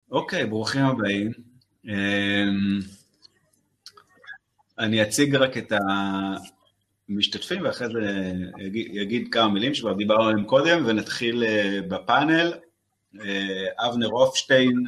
אוקיי, ברוכים הבאים. אני אציג רק את המשתתפים, ואחרי זה יגיד כמה מילים שכבר דיברנו עליהם קודם, ונתחיל בפאנל. אבנר הופשטיין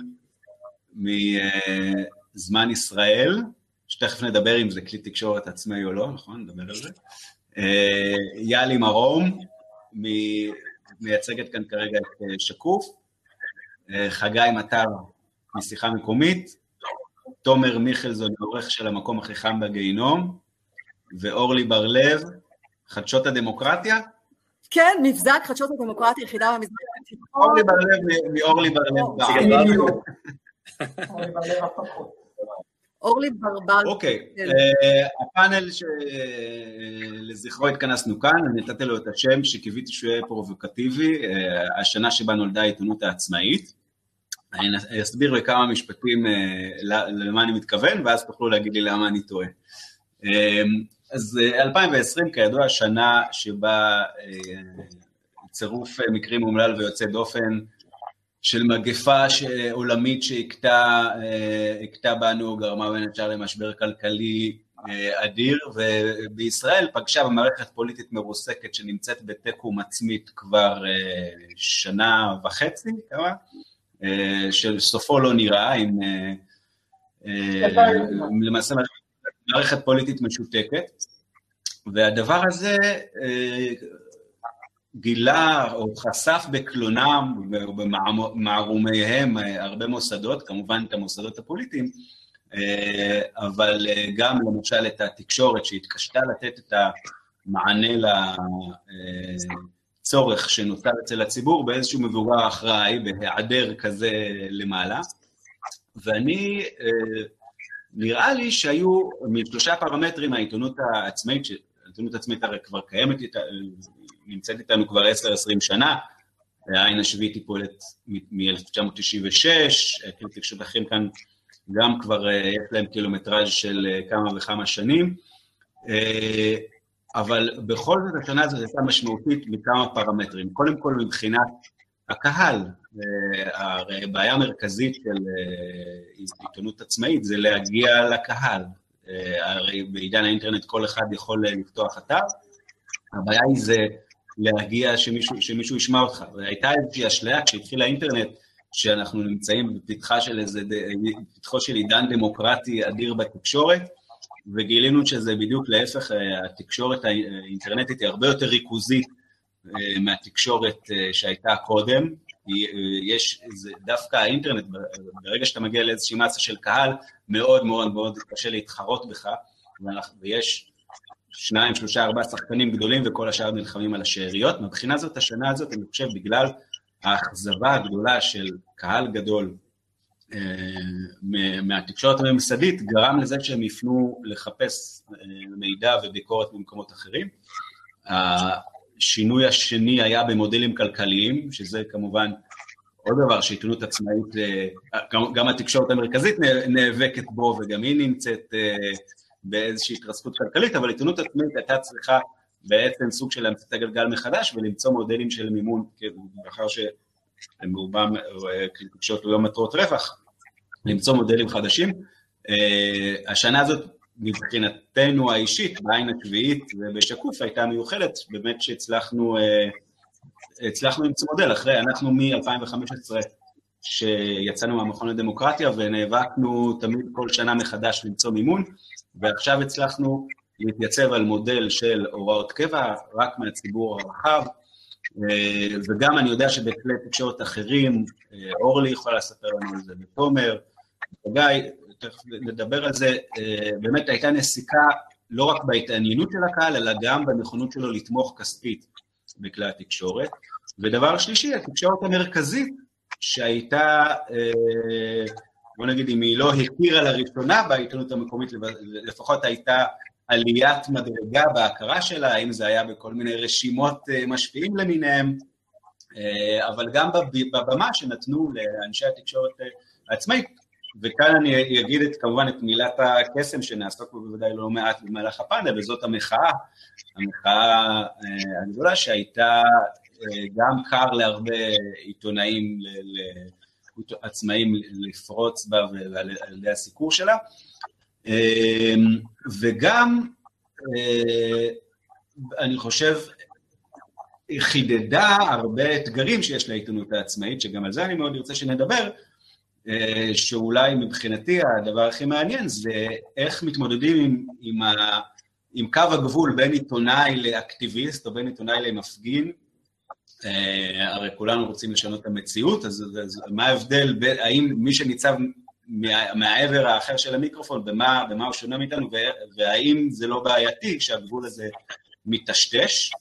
מזמן ישראל, שתכף נדבר אם זה כלי תקשורת עצמאי או לא, נכון? נדבר על זה. יאלי מרום, מייצגת כאן כרגע את שקוף, חגי מטר משיחה מקומית, תומר מיכלזון, עורך של המקום הכי חם בגיהינום, ואורלי בר-לב, חדשות הדמוקרטיה? כן, מבזק חדשות הדמוקרטיה, יחידה במזרח התיכון. אורלי בר-לב, מאורלי בר-לב. אורלי בר-לב. אוקיי, הפאנל שלזכרו התכנסנו כאן, אני נתתי לו את השם שקיוויתי שהוא יהיה פרובוקטיבי, השנה שבה נולדה העיתונות העצמאית. אני אסביר בכמה משפטים למה אני מתכוון, ואז תוכלו להגיד לי למה אני טועה. אז 2020 כידוע השנה שבה צירוף מקרים אומלל ויוצא דופן של מגפה עולמית שהכתה בנו, גרמה בין השאר למשבר כלכלי אדיר, ובישראל פגשה במערכת פוליטית מרוסקת שנמצאת בתיקו מצמית כבר שנה וחצי, כמה? של סופו לא נראה, עם למעשה מערכת פוליטית משותקת, והדבר הזה גילה או חשף בקלונם ובמערומיהם הרבה מוסדות, כמובן את המוסדות הפוליטיים, אבל גם למשל את התקשורת שהתקשתה לתת את המענה צורך שנוצר אצל הציבור באיזשהו מבוגר אחראי, בהיעדר כזה למעלה, ואני, נראה לי שהיו משלושה פרמטרים העיתונות העצמאית, העיתונות העצמאית הרי כבר קיימת, נמצאת איתנו כבר 10-20 שנה, העין השביעית היא פועלת מ-1996, כלי תקשורת אחרים כאן גם כבר יש להם קילומטראז' של כמה וכמה שנים, אבל בכל זאת השנה הזאת הייתה משמעותית מכמה פרמטרים. קודם כל מבחינת הקהל, הרי בעיה מרכזית של עיתונות עצמאית זה להגיע לקהל. הרי בעידן האינטרנט כל אחד יכול לפתוח אתר, הבעיה היא זה להגיע שמישהו ישמע אותך. והייתה איזושהי אשליה כשהתחיל האינטרנט, שאנחנו נמצאים בפתחו של עידן דמוקרטי אדיר בתקשורת, וגילינו שזה בדיוק להפך, התקשורת האינטרנטית היא הרבה יותר ריכוזית מהתקשורת שהייתה קודם, יש דווקא האינטרנט, ברגע שאתה מגיע לאיזושהי מסה של קהל, מאוד מאוד מאוד קשה להתחרות בך, ויש 2, 3, 4 שחקנים גדולים, וכל השאר נלחמים על השאריות. מבחינה זאת, השנה הזאת, אני חושב, בגלל האכזבה הגדולה של קהל גדול, מהתקשורת הממסדית, גרם לזה שהם יפנו לחפש מידע וביקורת במקומות אחרים. השינוי השני היה במודלים כלכליים, שזה כמובן עוד דבר שעיתונות עצמאית, גם התקשורת המרכזית נאבקת בו, וגם היא נמצאת באיזושהי התרסקות כלכלית, אבל עיתונות עצמאית הייתה צריכה בעצם סוג של להמציא את הגלגל מחדש, ולמצוא מודלים של מימון, לאחר שהם רובם תקשורת לא מטרות רווח, למצוא מודלים חדשים. השנה הזאת, מבחינתנו האישית, בעין השביעית ובשקוף, הייתה מיוחדת, באמת שהצלחנו למצוא מודל, אחרי אנחנו מ-2015, שיצאנו מהמכון לדמוקרטיה, ונאבקנו תמיד כל שנה מחדש למצוא מימון, ועכשיו הצלחנו להתייצב על מודל של הוראות קבע, רק מהציבור הרחב, וגם אני יודע שבכלי תקשורת אחרים, אורלי יכולה לספר לנו על זה, ותומר, וגיא, תכף נדבר על זה, באמת הייתה נסיקה לא רק בהתעניינות של הקהל, אלא גם בנכונות שלו לתמוך כספית בכלי התקשורת. ודבר שלישי, התקשורת המרכזית, שהייתה, בוא נגיד, אם היא לא הכירה לראשונה בעיתונות המקומית, לפחות הייתה עליית מדרגה בהכרה שלה, האם זה היה בכל מיני רשימות משפיעים למיניהם, אבל גם בבמה שנתנו לאנשי התקשורת העצמאית, וכאן אני אגיד כמובן את מילת הקסם שנעסוק בוודאי לא מעט במהלך הפאנל, וזאת המחאה הגדולה שהייתה גם קר להרבה עיתונאים עצמאים לפרוץ בה ועל ידי הסיקור שלה, וגם אני חושב חידדה הרבה אתגרים שיש לעיתונות העצמאית, שגם על זה אני מאוד רוצה שנדבר, שאולי מבחינתי הדבר הכי מעניין זה איך מתמודדים עם קו הגבול בין עיתונאי לאקטיביסט או בין עיתונאי למפגין. הרי כולנו רוצים לשנות את המציאות, אז מה ההבדל, האם מי שניצב מהעבר האחר של המיקרופון, במה הוא שונה מאיתנו, והאם זה לא בעייתי שהגבול הזה מתשתש,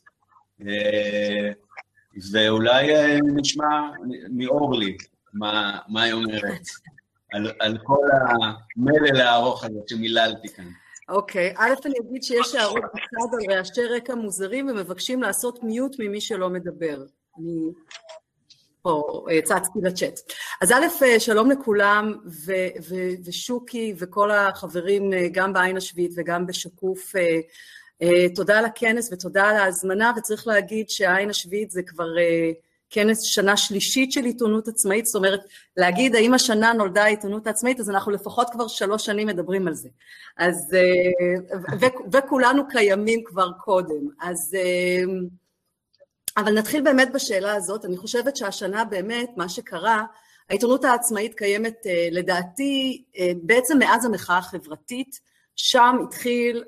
ואולי נשמע מאורלי מה היא אומרת על כל המלל הארוך הזה שמיללתי כאן. אוקיי, א' אני אגיד שיש הערות בצד על רעשי רקע מוזרים ומבקשים לעשות מיוט ממי שלא מדבר. אני פה צצתי לצ'אט. אז א', שלום לכולם, ושוקי וכל החברים גם בעין השביעית וגם בשקוף, תודה על הכנס ותודה על ההזמנה, וצריך להגיד שהעין השביעית זה כבר כנס שנה שלישית של עיתונות עצמאית, זאת אומרת, להגיד האם השנה נולדה העיתונות העצמאית, אז אנחנו לפחות כבר 3 שנים מדברים על זה. אז, וכולנו קיימים כבר קודם. אז, אבל נתחיל באמת בשאלה הזאת, אני חושבת שהשנה באמת, מה שקרה, העיתונות העצמאית קיימת לדעתי, בעצם מאז המחאה החברתית, שם התחיל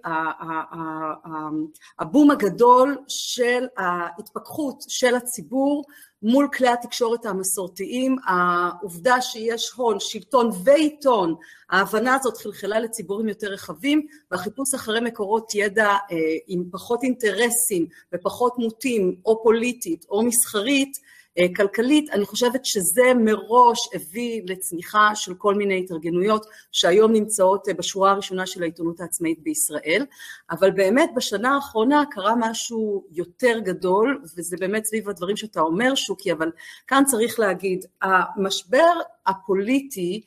הבום הגדול של ההתפכחות של הציבור מול כלי התקשורת המסורתיים, העובדה שיש הון, שלטון ועיתון, ההבנה הזאת חלחלה לציבורים יותר רחבים, והחיפוש אחרי מקורות ידע עם פחות אינטרסים ופחות מוטים או פוליטית או מסחרית, כלכלית, אני חושבת שזה מראש הביא לצמיחה של כל מיני התארגנויות שהיום נמצאות בשורה הראשונה של העיתונות העצמאית בישראל, אבל באמת בשנה האחרונה קרה משהו יותר גדול, וזה באמת סביב הדברים שאתה אומר שוקי, אבל כאן צריך להגיד, המשבר הפוליטי,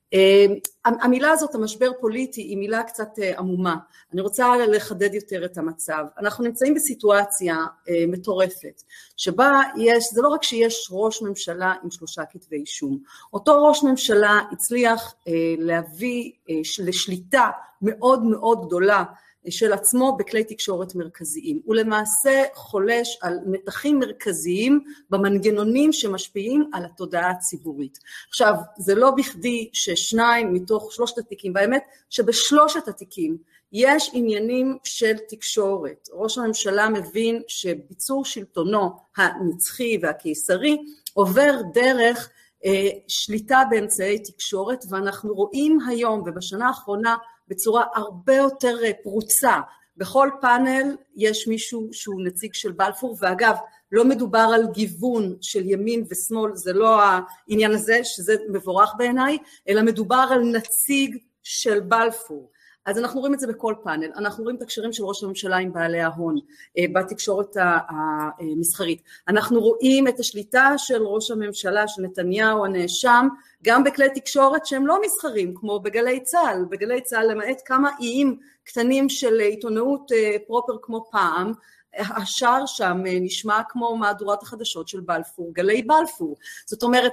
המילה הזאת, המשבר פוליטי, היא מילה קצת עמומה. אני רוצה לחדד יותר את המצב. אנחנו נמצאים בסיטואציה מטורפת, שבה זה לא רק שיש ראש ממשלה עם 3 כתבי אישום, אותו ראש ממשלה הצליח להביא לשליטה מאוד מאוד גדולה של עצמו בכלי תקשורת מרכזיים. הוא למעשה חולש על נתחים מרכזיים במנגנונים שמשפיעים על התודעה הציבורית. עכשיו, זה לא בכדי ש2 מתוך 3 התיקים, באמת שבשלושת התיקים יש עניינים של תקשורת. ראש הממשלה מבין שביצור שלטונו הנצחי והקיסרי עובר דרך שליטה באמצעי תקשורת, ואנחנו רואים היום ובשנה האחרונה בצורה הרבה יותר פרוצה. בכל פאנל יש מישהו שהוא נציג של בלפור, ואגב, לא מדובר על גיוון של ימין ושמאל, זה לא העניין הזה, שזה מבורך בעיניי, אלא מדובר על נציג של בלפור. אז אנחנו רואים את זה בכל פאנל, אנחנו רואים את הקשרים של ראש הממשלה עם בעלי ההון, בתקשורת המסחרית, אנחנו רואים את השליטה של ראש הממשלה, של נתניהו הנאשם, גם בכלי תקשורת שהם לא מסחרים, כמו בגלי צהל, בגלי צהל למעט כמה איים קטנים של עיתונאות פרופר כמו פעם, השאר שם נשמע כמו מהדורת החדשות של בלפור, גלי בלפור, זאת אומרת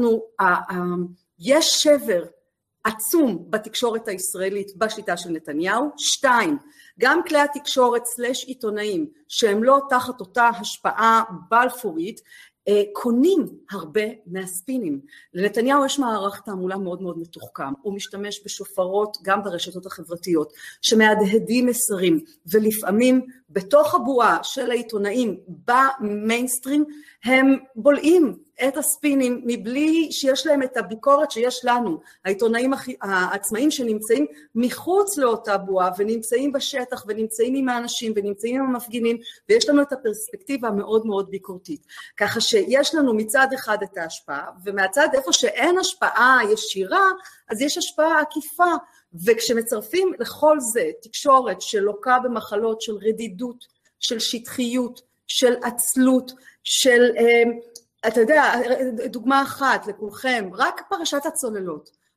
יש שבר, עצום בתקשורת הישראלית בשליטה של נתניהו. 2, גם כלי התקשורת סלש עיתונאים שהם לא תחת אותה השפעה בלפורית, קונים הרבה מהספינים. לנתניהו יש מערך תעמולה מאוד מאוד מתוחכם, הוא משתמש בשופרות גם ברשתות החברתיות, שמהדהדים מסרים, ולפעמים בתוך הבועה של העיתונאים במיינסטרים, הם בולעים את הספינים מבלי שיש להם את הביקורת שיש לנו, העיתונאים העצמאים שנמצאים מחוץ לאותה בועה, ונמצאים בשטח, ונמצאים עם האנשים, ונמצאים עם המפגינים, ויש לנו את הפרספקטיבה המאוד מאוד ביקורתית. ככה שיש לנו מצד אחד את ההשפעה, ומהצד איפה שאין השפעה ישירה, אז יש השפעה עקיפה, וכשמצרפים לכל זה תקשורת שלוקה במחלות של רדידות, של שטחיות, של עצלות, של אתה יודע, דוגמה אחת לכולכם, רק פרשת הצוללות.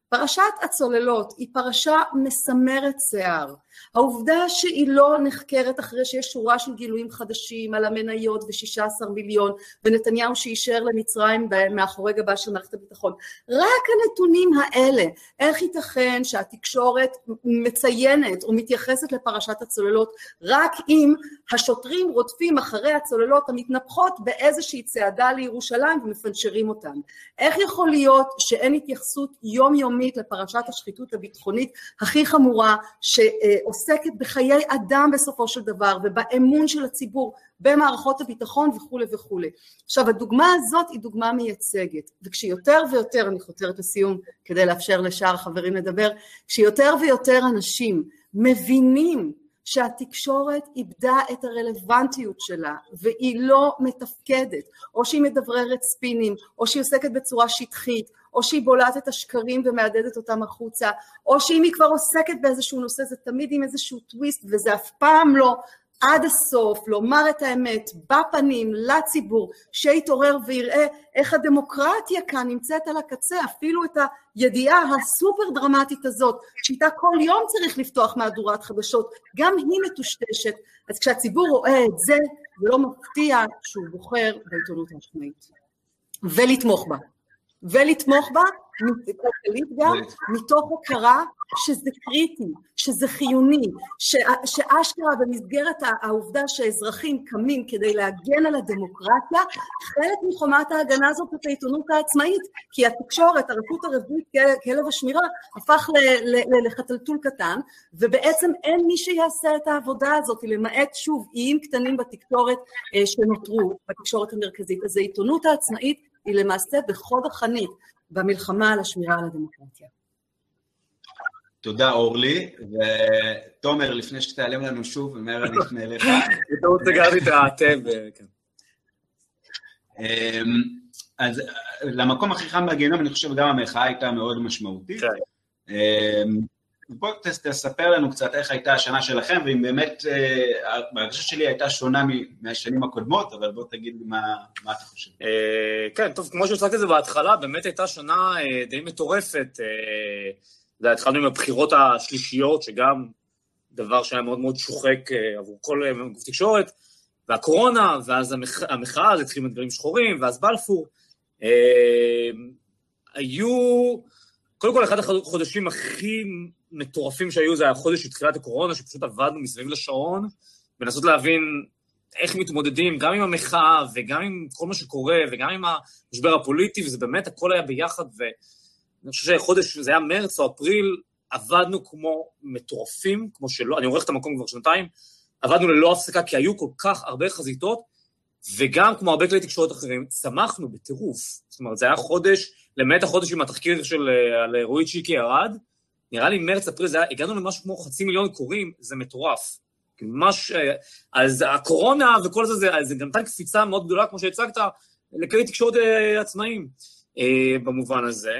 פרשת הצוללות היא פרשה מסמרת שיער. העובדה שהיא לא נחקרת אחרי שיש שורה של גילויים חדשים על המניות ו16 מיליון, ונתניהו שישאר למצרים מאחורי גבה של מערכת הביטחון. רק הנתונים האלה, איך ייתכן שהתקשורת מציינת או מתייחסת לפרשת הצוללות, רק אם השוטרים רודפים אחרי הצוללות המתנפחות באיזושהי צעדה לירושלים ומפנצ'רים אותן. איך יכול להיות שאין התייחסות יומיומית לפרשת השחיתות הביטחונית הכי חמורה, שעוסקת בחיי אדם בסופו של דבר, ובאמון של הציבור במערכות הביטחון וכו' וכו'. עכשיו, הדוגמה הזאת היא דוגמה מייצגת, וכשיותר ויותר, אני חותרת לסיום כדי לאפשר לשאר החברים לדבר, כשיותר ויותר אנשים מבינים שהתקשורת איבדה את הרלוונטיות שלה, והיא לא מתפקדת, או שהיא מדבררת ספינים, או שהיא עוסקת בצורה שטחית, או שהיא בולעת את השקרים ומעדדת אותם החוצה, או שאם היא כבר עוסקת באיזשהו נושא, זה תמיד עם איזשהו טוויסט, וזה אף פעם לא עד הסוף, לומר את האמת בפנים לציבור, שיתעורר ויראה איך הדמוקרטיה כאן נמצאת על הקצה, אפילו את הידיעה הסופר דרמטית הזאת, שאיתה כל יום צריך לפתוח מהדורת חדשות, גם היא מטושטשת. אז כשהציבור רואה את זה, זה לא מפתיע שהוא בוחר בעיתונות העצמאית. ולתמוך בה, כלכלית גם, מתוך הכרה שזה קריטי, שזה חיוני, שאשכרה במסגרת העובדה שאזרחים קמים כדי להגן על הדמוקרטיה, חלק מחומת ההגנה הזאת את העיתונות העצמאית, כי התקשורת, הרשות הרביעית, כלב השמירה, הפך לחתלתול קטן, ובעצם אין מי שיעשה את העבודה הזאת, למעט שוב איים קטנים בתקשורת שנותרו, בתקשורת המרכזית. אז העיתונות העצמאית היא למעשה בחוד החנית, במלחמה על השמירה על הדמוקרטיה. תודה אורלי, ותומר, לפני שתעלם לנו שוב, ומהר אני אפנה אליך. אתה רוצה גם להתרעתם. אז למקום הכי חם בגיהנום, אני חושב גם המחאה הייתה מאוד משמעותית. בוא תספר לנו קצת איך הייתה השנה שלכם, ואם באמת, בהרגשה שלי הייתה שונה מהשנים הקודמות, אבל בוא תגיד מה אתה חושב. כן, טוב, כמו שהוצגת את זה בהתחלה, באמת הייתה שנה די מטורפת. התחלנו עם הבחירות השלישיות, שגם דבר שהיה מאוד מאוד שוחק עבור כל גוף תקשורת, והקורונה, ואז המחאה, זה התחיל עם דברים שחורים, ואז בלפור. היו, קודם כל, אחד החודשים הכי מטורפים שהיו, זה החודש של הקורונה, שפשוט עבדנו מסביב לשעון, ונסות להבין איך מתמודדים, גם עם המחאה, וגם עם כל מה שקורה, וגם עם המשבר הפוליטי, וזה באמת, הכל היה ביחד, ואני חושב שהחודש, זה היה מרץ או אפריל, עבדנו כמו מטורפים, כמו שלא, אני עורך את המקום כבר שנתיים, עבדנו ללא הפסקה, כי היו כל כך הרבה חזיתות, וגם כמו הרבה כלי תקשורת אחרים, צמחנו בטירוף. זאת אומרת, זה היה חודש, למעט החודש עם התחקיר על רועי צ'יקי ירד, נראה לי מרץ, אפריל, הגענו למשהו כמו 500,000 קוראים, זה מטורף. אז הקורונה וכל זה גם נתן קפיצה מאוד גדולה, כמו שהצגת, לכלי תקשורת עצמאיים, במובן הזה.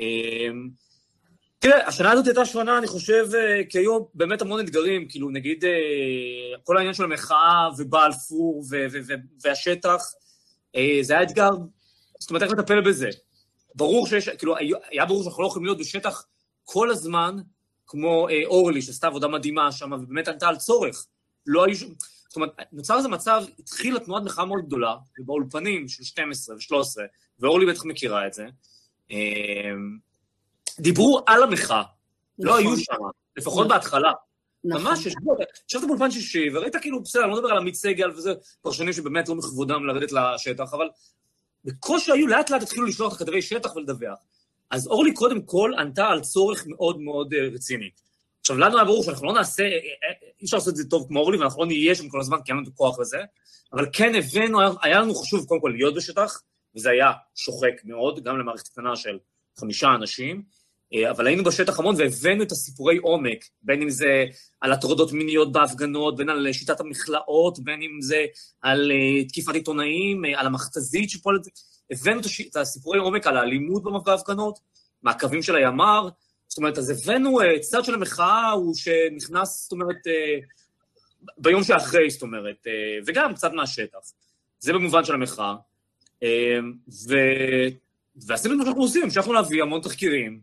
תראה, השנה הזאת הייתה שנה, אני חושב, כי היו באמת המון אתגרים, כאילו נגיד, כל העניין של המחאה ובלפור והשטח, זה היה אתגר, זאת אומרת, איך לטפל בזה? ברור שיש, כאילו, היה ברור שאנחנו לא יכולים להיות בשטח כל הזמן, כמו אורלי, שעשתה עבודה מדהימה שם, ובאמת ענתה על צורך. לא היו, זאת אומרת, נוצר איזה מצב, התחילה תנועת מחאה מאוד גדולה, ובאולפנים של 12 ו-13, ואורלי בטח מכירה את זה, דיברו על המחאה, לא היו שם, לפחות בהתחלה. ממש, ישבת באולפן שישי, וראית כאילו, בסדר, אני לא מדבר על עמית סגל, וזה פרשנים שבאמת לא מכבודם לרדת לשטח, אבל בקושי היו לאט לאט התחילו לשלוח את הכתבי שטח ולדווח. אז אורלי קודם כל ענתה על צורך מאוד מאוד רציני. עכשיו, לנו היה ברור שאנחנו לא נעשה, אי אפשר לעשות את זה טוב כמו אורלי, ואנחנו לא נהיה שם כל הזמן, כי אין לנו את הכוח לזה, אבל כן הבאנו, היה לנו חשוב קודם כל להיות בשטח, וזה היה שוחק מאוד, גם למערכת קטנה של 5 אנשים, אבל היינו בשטח המון, והבאנו את הסיפורי עומק, בין אם זה על הטרדות מיניות בהפגנות, בין על שיטת המכלאות, בין אם זה על תקיפת עיתונאים, על המכתזית שפועלת, הבאנו את הסיפורי עומק על האלימות בהפגנות, מעקבים של הימ"ר, זאת אומרת, אז הבאנו צד של המחאה, הוא שנכנס, זאת אומרת, ביום שאחרי, זאת אומרת, וגם קצת מהשטח. זה במובן של המחאה. ועשינו את מה שאנחנו עושים, המשכנו להביא המון תחקירים,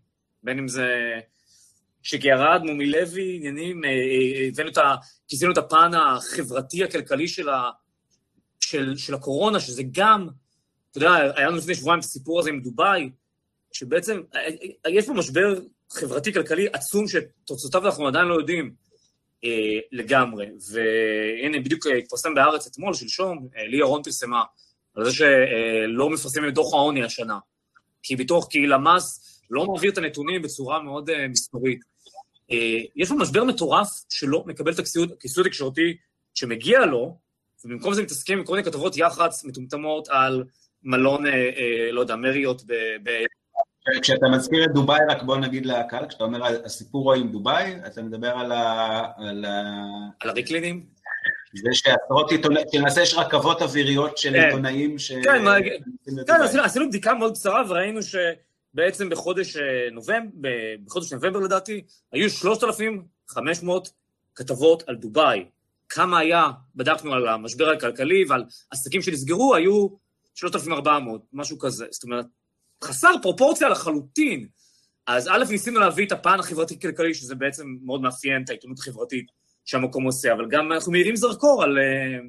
בין אם זה שגירד, מומי לוי, עניינים, כיסינו את הפן החברתי, הכלכלי של הקורונה, שזה גם, אתה יודע, היה לנו לפני שבועיים את הסיפור הזה עם דובאי, שבעצם יש פה משבר חברתי-כלכלי עצום שתוצאותיו אנחנו עדיין לא יודעים לגמרי, והנה בדיוק התפרסם בארץ אתמול, שלשום, לי ירון פרסמה, על זה שלא מפרסמים את דוח העוני השנה, כי למ"ס לא מעביר את הנתונים בצורה מאוד מסתורית. יש פה משבר מטורף שלא מקבל את הכיסוי התקשורתי שמגיע לו, ובמקום זה מתעסקים עם כל מיני כתבות יח"צ מטומטמות על מלון, לא יודע, מריות כשאתה מזכיר את דובאי, רק בוא נגיד לקהל, כשאתה אומר הסיפור הוא עם דובאי, אתה מדבר על הריקלינים? זה שעשרות עיתונאים, שלמעשה יש רכבות אוויריות של עיתונאים ש... כן, עשינו בדיקה מאוד קצרה, וראינו שבעצם בחודש נובמבר לדעתי, היו 3,500 כתבות על דובאי. כמה היה, בדקנו על המשבר הכלכלי ועל עסקים שנסגרו, היו 3,400, משהו כזה. זאת אומרת, חסר פרופורציה לחלוטין. אז א', ניסינו להביא את הפן החברתי-כלכלי, שזה בעצם מאוד מאפיין את העיתונות החברתית שהמקום עושה, אבל גם אנחנו מרימים זרקור על...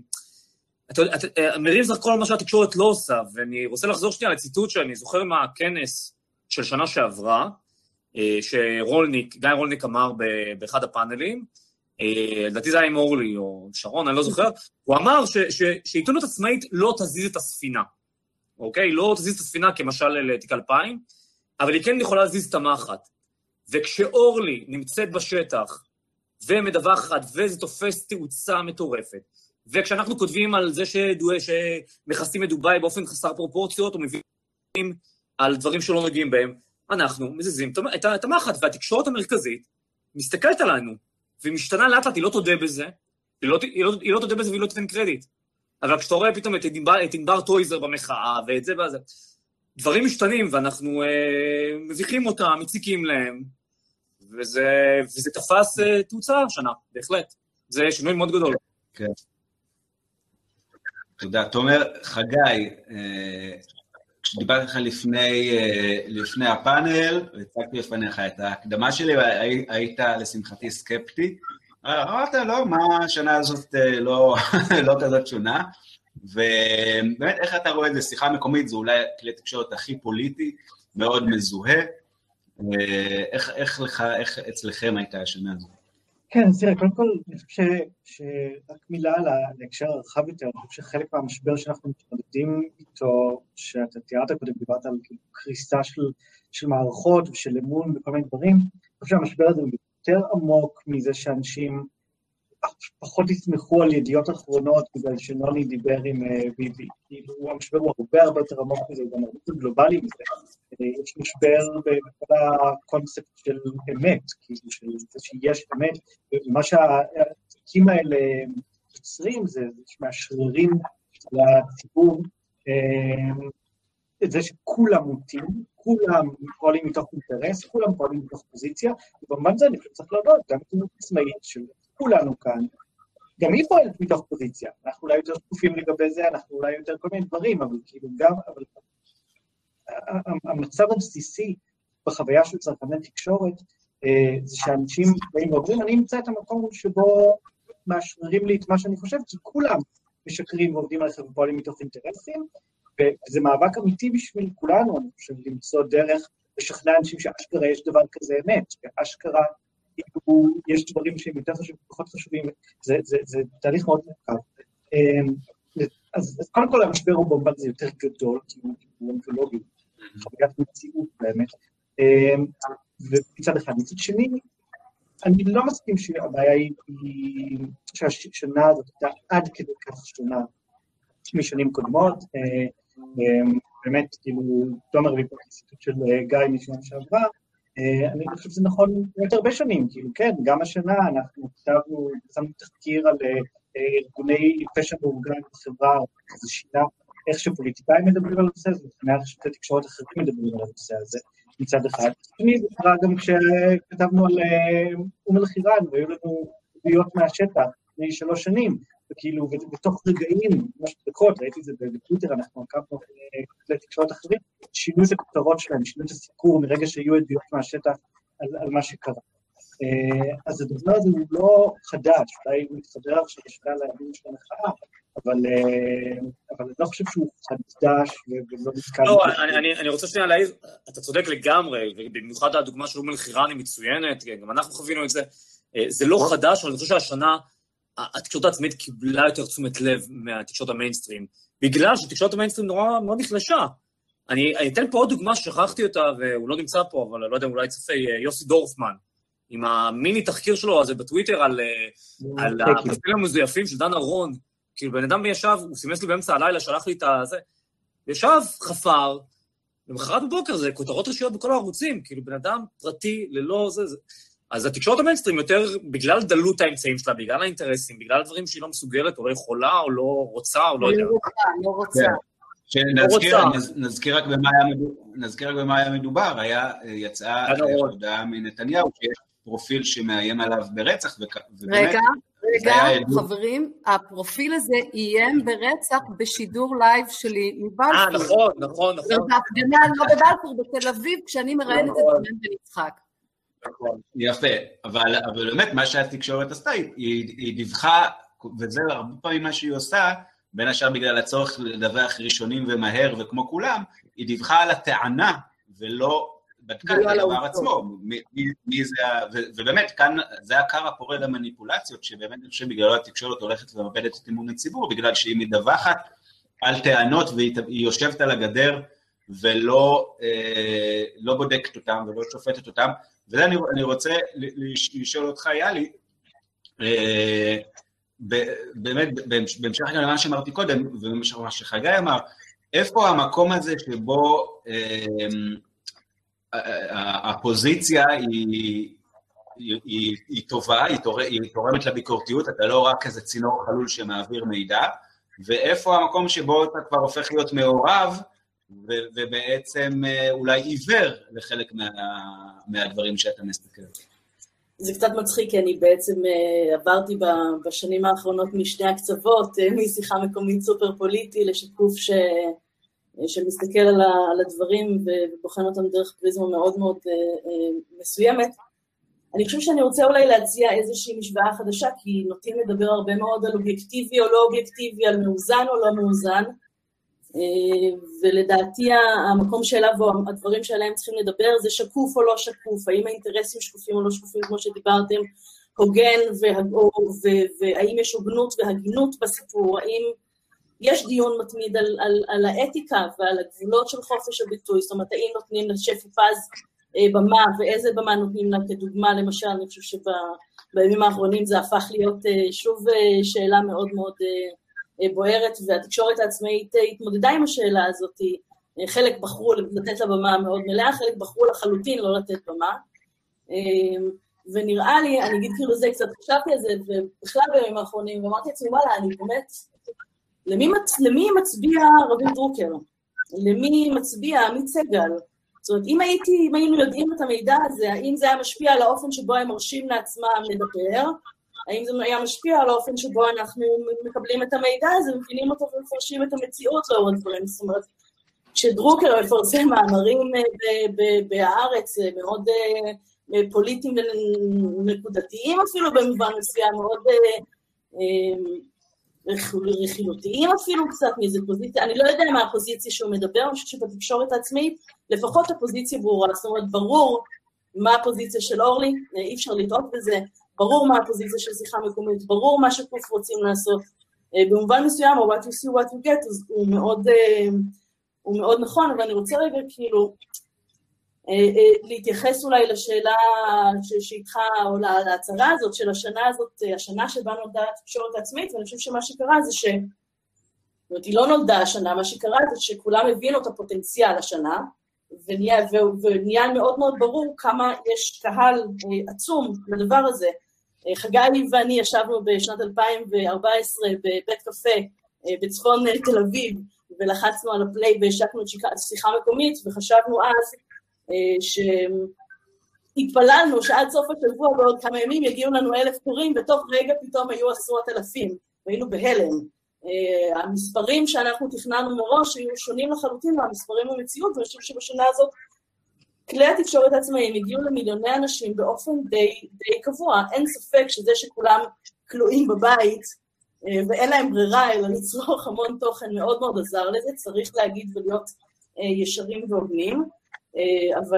מרימים זרקור על מה שהתקשורת לא עושה, ואני רוצה לחזור שנייה לציטוט שאני זוכר מהכנס של שנה שעברה, גיא רולניק אמר באחד הפאנלים, לדעתי זה היה עם אורלי או שרון, אני לא זוכר, הוא אמר שעיתונות עצמאית לא תזיז את הספינה, אוקיי? לא תזיז את הספינה כמשל לתיק 2000, אבל היא כן יכולה להזיז את המחט. וכשאורלי נמצאת בשטח ומדווחת, וזה תופס תאוצה מטורפת, וכשאנחנו כותבים על זה שמכסים את דובאי באופן חסר פרופורציות, או מביאים על דברים שלא נוגעים בהם, אנחנו מזיזים את המחט, והתקשורת המרכזית מסתכלת עלינו, והיא משתנה לאט לאט, היא לא תודה בזה, היא לא תודה בזה והיא לא תתן קרדיט. אבל כשאתה רואה פתאום את ענבר טויזר במחאה, ואת זה וזה, דברים משתנים, ואנחנו מביכים אותם, מציקים להם, וזה תפס תאוצה שנה, בהחלט. זה שינוי מאוד גדול. כן. תודה. תומר, חגי, כשדיברתי לך לפני הפאנל, והצגתי לפניך את ההקדמה שלי, והיית לשמחתי סקפטי, אמרת, לא, מה השנה הזאת לא כזאת שונה, ובאמת, איך אתה רואה את זה? שיחה מקומית, זה אולי כלי תקשורת הכי פוליטי, מאוד מזוהה, איך אצלכם הייתה השנה הזאת? כן, תראה, קודם כל, אני חושב שרק מילה על ההקשר הרחב יותר, אני חושב שחלק מהמשבר שאנחנו מתמודדים איתו, שאתה תיארת קודם, דיברת על קריסה של מערכות ושל אמון וכל מיני דברים, אני חושב שהמשבר הזה הוא יותר עמוק מזה שאנשים פחות יסמכו על ידיעות אחרונות, בגלל שנוני דיבר עם ביבי. כאילו, המשבר הוא הרבה יותר עמוק מזה, הוא גם הרבה יותר גלובלי מזה. יש משבר בכל הקונספט של אמת, כאילו, של זה שיש אמת, ומה שהתיקים האלה יוצרים, זה שמאשררים לציבור, את זה שכולם מוטים, כולם פועלים מתוך אינטרס, כולם פועלים מתוך פוזיציה, ובמובן זה אני חושב צריך להודות, גם עיתונות עצמאית של כולנו כאן, גם היא פועלת מתוך פוזיציה, אנחנו אולי יותר שקופים לגבי זה, אנחנו אולי יותר כל מיני דברים, אבל כאילו גם, אבל המצב הבסיסי בחוויה של צרכני תקשורת, זה שאנשים באים ואומרים, אני אמצא את המקום שבו מאשררים לי את מה שאני חושב, כי כולם משקרים ועובדים עליכם ופועלים מתוך אינטרסים, וזה מאבק אמיתי בשביל כולנו, אני חושב, למצוא דרך לשכנע אנשים שאשכרה יש דבר כזה אמת, שאשכרה יש דברים שהם יותר חשובים, פחות חשובים, זה תהליך מאוד מורכב. אז קודם כל המשבר הוא במובן זה יותר גדול, כי הוא אונתולוגי, חוויית מציאות באמת, ומצד אחד. מצד שני, אני לא מסכים שהבעיה היא שהשנה הזאת הייתה עד כדי כך שונה משנים קודמות, באמת, כאילו, תומר ובסיטוט של גיא משנה שעברה, אני חושב שזה נכון יותר הרבה שנים, כאילו, כן, גם השנה אנחנו כתבנו, שמנו תחקיר על ארגוני פשע מאורגן בחברה, זה שינה איך שפוליטיקאים מדברים על הנושא הזה, ומבחינת תקשורת אחרים מדברים על הנושא הזה, מצד אחד. זה קרה גם כשכתבנו על אום אל-חיראן, והיו לנו עדויות מהשטח לפני 3 שנים, וכאילו, בתוך רגעים, ממש דקות, ראיתי את זה בטוויטר, אנחנו עקבנו כלי תקשורת אחרים, שינו את הכותרות שלהם, שינו את הסיפור מרגע שהיו עדויות מהשטח על מה שקרה. אז הדבר הזה הוא לא חדש, אולי הוא מתחבר עכשיו לשאלה לימים של המחאה, אבל אני לא חושב שהוא חדש ולא נתקל. לא, אני רוצה שנייה להעיר, אתה צודק לגמרי, ובמיוחד הדוגמה של אום אל-חיראן היא מצוינת, גם אנחנו חווינו את זה, זה לא חדש, אבל אני חושב שהשנה התקשורת העצמאית קיבלה יותר תשומת לב מהתקשורת המיינסטרים, בגלל שתקשורת המיינסטרים נורא מאוד נחלשה. אני אתן פה עוד דוגמה ששכחתי אותה, והוא לא נמצא פה, אבל לא יודע, אולי צפה, יוסי דורפמן, עם המיני תחקיר שלו הזה בטוויטר על הפרופילים המזויפים של דן ארון, כאילו בן אדם ישב, הוא סימס לי באמצע הלילה, שלח לי את זה, ישב, חפר, למחרת בבוקר זה כותרות ראשיות בכל הערוצים, כאילו בן אדם פרטי ללא זה. אז התקשורת המיינסטרים יותר, בגלל דלות האמצעים שלה, בגלל האינטרסים, בגלל הדברים שהיא לא מסוגלת, או לא יכולה, או לא רוצה, או לא יודע. לא רוצה. נזכיר רק במה היה מדובר, יצאה הודעה מנתניהו, שיש פרופיל שמאיים עליו ברצח, רגע, חברים, הפרופיל הזה איים ברצח בשידור לייב שלי מבלפור. נכון. בהפגנה, לא בבלפור, בתל אביב, כשאני מראיינת את רונן בן יצחק. יפה, אבל באמת מה שהתקשורת עשתה, היא דיווחה, וזה הרבה פעמים מה שהיא עושה, בין השאר בגלל הצורך לדווח ראשונים ומהר וכמו כולם, היא דיווחה על הטענה ולא בדקה את הדבר עצמו, ובאמת כאן זה הקר הפורה למניפולציות, שבאמת אני חושב בגללו התקשורת הולכת ומאבדת את אמון הציבור, בגלל שהיא מדווחת על טענות והיא יושבת על הגדר ולא בודקת אותם ולא שופטת אותם, וזה אני רוצה לשאול אותך יאלי, באמת בהמשך גם למה שאמרתי קודם, ובמשך מה שחגי אמר, איפה המקום הזה שבו הפוזיציה היא טובה, היא תורמת לביקורתיות, אתה לא רק איזה צינור חלול שמעביר מידע, ואיפה המקום שבו אתה כבר הופך להיות מעורב, ובעצם אולי עיוור לחלק מהדברים שאתה מסתכל. זה קצת מצחיק, כי אני בעצם עברתי בשנים האחרונות משני הקצוות, משיחה מקומית סופר פוליטי לשיקוף שמסתכל על הדברים ובוחן אותם דרך פריזמה מאוד מאוד מסוימת. אני חושב שאני רוצה אולי להציע איזושהי משוואה חדשה, כי נוטים לדבר הרבה מאוד על אובייקטיבי או לא אובייקטיבי, על מאוזן או לא מאוזן, ולדעתי המקום שאליו או הדברים שעליהם צריכים לדבר זה שקוף או לא שקוף, האם האינטרסים שקופים או לא שקופים כמו שדיברתם, הוגן והאם יש הוגנות והגינות בסיפור, האם יש דיון מתמיד על האתיקה ועל הגבולות של חופש הביטוי, זאת אומרת האם נותנים לשפי פז במה ואיזה במה נותנים לה כדוגמה, למשל אני חושב שבימים האחרונים זה הפך להיות שוב שאלה מאוד מאוד בוערת, והתקשורת העצמאית התמודדה עם השאלה הזאת, חלק בחרו לתת לה במה מאוד מלאה, חלק בחרו לחלוטין לא לתת במה, ונראה לי, אני אגיד כאילו זה קצת, חשבתי על זה, ובכלל בימים האחרונים, ואמרתי לעצמי, וואלה, אני באמת, למי מצביע רביב דרוקר? למי מצביע עמית סגל? זאת אומרת, אם היינו יודעים את המידע הזה, האם זה היה משפיע על האופן שבו הם מרשים לעצמם לדבר, האם זה היה משפיע על האופן שבו אנחנו מקבלים את המידע הזה, מבינים אותו ומפרשים את המציאות לאור הדברים. זאת אומרת, כשדרוקר מפרסם מאמרים בהארץ מאוד פוליטיים ונקודתיים אפילו במובן מסוים, מאוד רכילותיים אפילו קצת מאיזה פוזיציה, אני לא יודע מה הפוזיציה שהוא מדבר, אני חושבת שבתקשורת העצמית, לפחות הפוזיציה ברורה, זאת אומרת, ברור מה הפוזיציה של אורלי, אי אפשר לטעות בזה, ברור מה הפוזיציה של שיחה מקומית, ברור מה שקוף רוצים לעשות, במובן מסוים, או what you see, what you get, הוא מאוד נכון, אבל אני רוצה רגע כאילו, להתייחס אולי לשאלה שאיתך, או להצהרה הזאת של השנה הזאת, השנה שבה נולדה התקשורת העצמית, ואני חושב שמה שקרה זה זאת אומרת, היא לא נולדה השנה, מה שקרה זה שכולם הבינו את הפוטנציאל השנה, ונהיה מאוד מאוד ברור כמה יש קהל עצום לדבר הזה. חגי ואני ישבנו בשנת 2014 בבית קפה בצפון תל אביב, ולחצנו על הפליי והשקנו את שיחה מקומית, וחשבנו אז שהתפללנו שעד סוף השבוע בעוד כמה ימים יגיעו לנו 1,000 קוראים, בתוך רגע פתאום היו 10,000. והיינו בהלם. המספרים שאנחנו תכננו מראש היו שונים לחלוטין מהמספרים במציאות, ואני חושב שבשנה הזאת כלי התקשורת העצמאיים הגיעו למיליוני אנשים באופן די קבוע. אין ספק שזה שכולם כלואים בבית ואין להם ברירה אלא לצרוך המון תוכן מאוד מאוד עזר לזה, צריך להגיד ולהיות ישרים והוגנים, אבל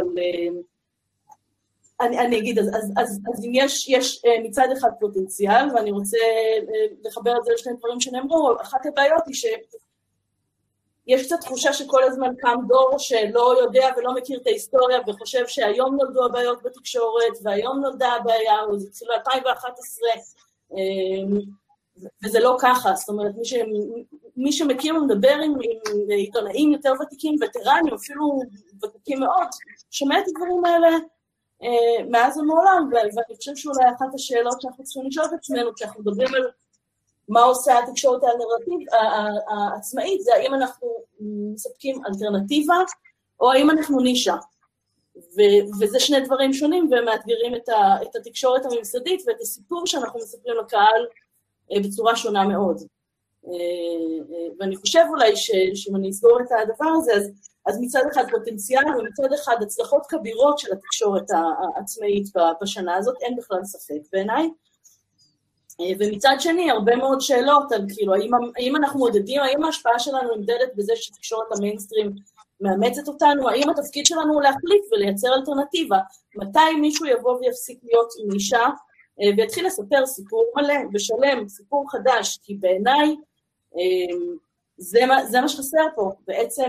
אני אגיד, אז אם יש מצד אחד פוטנציאל, ואני רוצה לחבר את זה לשני דברים שנאמרו, אחת הבעיות היא שיש קצת תחושה שכל הזמן קם דור שלא יודע ולא מכיר את ההיסטוריה, וחושב שהיום נולדו הבעיות בתקשורת, והיום נולדה הבעיה, או זה התחיל ב-2011, וזה לא ככה, זאת אומרת, מי שמכיר ומדבר עם עיתונאים יותר ותיקים, וטרנים, אפילו ותיקים מאוד, שומע את הדברים האלה, מאז ומעולם, ואני חושב שאולי אחת השאלות שאנחנו צריכים לשאול את עצמנו, כשאנחנו מדברים על מה עושה התקשורת העצמאית, זה האם אנחנו מספקים אלטרנטיבה, או האם אנחנו נישה. וזה שני דברים שונים, והם מאתגרים את התקשורת הממסדית, ואת הסיפור שאנחנו מספרים לקהל בצורה שונה מאוד. ואני חושב אולי שאם אני אסגור את הדבר הזה, אז מצד אחד פוטנציאל, ומצד אחד הצלחות כבירות של התקשורת העצמאית בשנה הזאת, אין בכלל ספק בעיניי. ומצד שני, הרבה מאוד שאלות על כאילו, האם אנחנו מודדים, האם ההשפעה שלנו נמדדת בזה שתקשורת המיינסטרים מאמצת אותנו, האם התפקיד שלנו הוא להחליט ולייצר אלטרנטיבה, מתי מישהו יבוא ויפסיק להיות נישה, ויתחיל לספר סיפור מלא ושלם, סיפור חדש, כי בעיניי זה מה שחסר פה, בעצם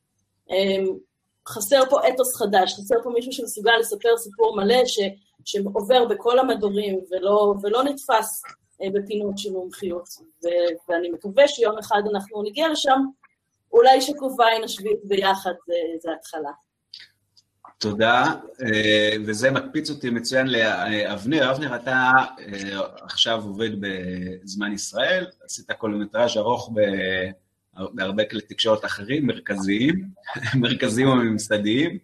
חסר פה אתוס חדש, חסר פה מישהו שמסוגל לספר סיפור מלא שעובר בכל המדורים ולא נתפס בפינות של מומחיות, ואני מקווה שיום אחד אנחנו נגיע לשם, אולי שקובעי נשביט ביחד, זה התחלה. תודה, וזה מקפיץ אותי מצוין לאבנר. אבנר, אתה עכשיו עובד בזמן ישראל, עשית קולומטראז' ארוך בהרבה כלי תקשורת אחרים, מרכזיים וממסדיים,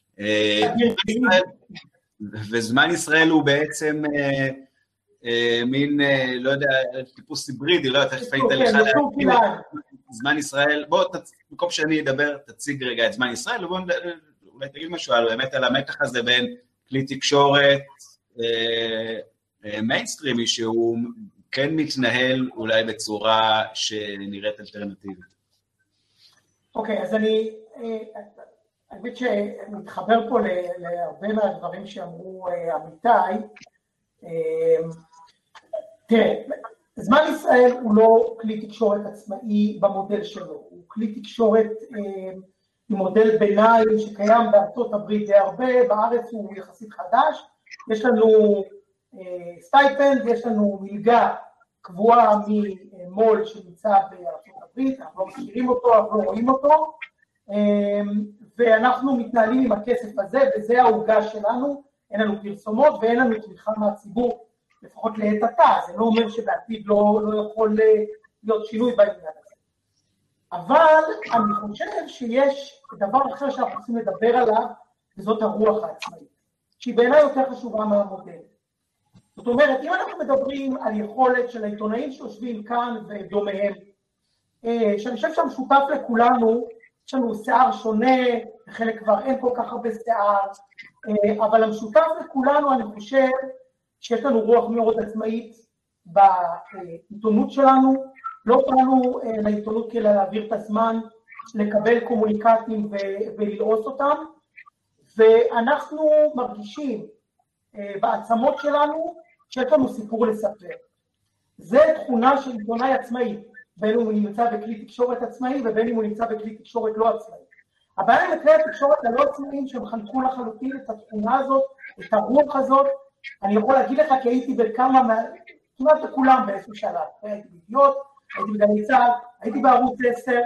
וזמן ישראל הוא בעצם מין, לא יודע, טיפוס היברידי, לא יודע, תכף היית לך להגיד, זמן ישראל, בוא, במקום שאני אדבר, תציג רגע את זמן ישראל, ובואו אולי תגיד משהו באמת על המתח הזה בין כלי תקשורת מיינסטרימי, שהוא כן מתנהל אולי בצורה שנראית אלטרנטיבית. אוקיי, אז אני אגיד שמתחבר פה להרבה מהדברים שאמרו עמיתי. תראה, זמן ישראל הוא לא כלי תקשורת עצמאי במודל שלו, הוא כלי תקשורת עם מודל ביניים שקיים בארצות הברית די הרבה, בארץ הוא יחסית חדש, יש לנו סטייפנד, יש לנו מלגה קבועה ממול שנמצא בארצות הברית, אנחנו לא מכירים אותו, אנחנו לא רואים אותו, ואנחנו מתנהלים עם הכסף הזה, וזה העוגה שלנו, אין לנו פרסומות ואין לנו תמיכה מהציבור, לפחות לעת עתה, זה לא אומר שבעתיד לא יכול להיות שינוי בעניין הזה. אבל אני חושב שיש דבר אחר שאנחנו רוצים לדבר עליו, וזאת הרוח העצמאית, שהיא בעיניי יותר חשובה מהמודל. זאת אומרת, אם אנחנו מדברים על יכולת של העיתונאים שיושבים כאן ודומיהם, שאני חושב שהמשותף לכולנו, יש לנו שיער שונה, וחלק כבר אין כל כך הרבה שיער, אבל המשותף לכולנו, אני חושב שיש לנו רוח מאוד עצמאית בעיתונות שלנו, לא באנו לעיתונות כדי להעביר את הזמן, לקבל קומוניקטים וללעוס אותם, ואנחנו מרגישים בעצמות שלנו שיש לנו סיפור לספר. זה תכונה של עיתונאי עצמאי, בין אם הוא נמצא בכלי תקשורת עצמאי ובין אם הוא נמצא בכלי תקשורת לא עצמאי. הבעיה עם כלי התקשורת הלא עצמאיים שהם חנכו לחלוטין את התכונה הזאת, את הרוח הזאת, אני יכול להגיד לך כי הייתי בכמה, כמעט בכולם באיזשהו שלב, הייתי בידיעות, הייתי בגלי צה"ל, הייתי בערוץ 10,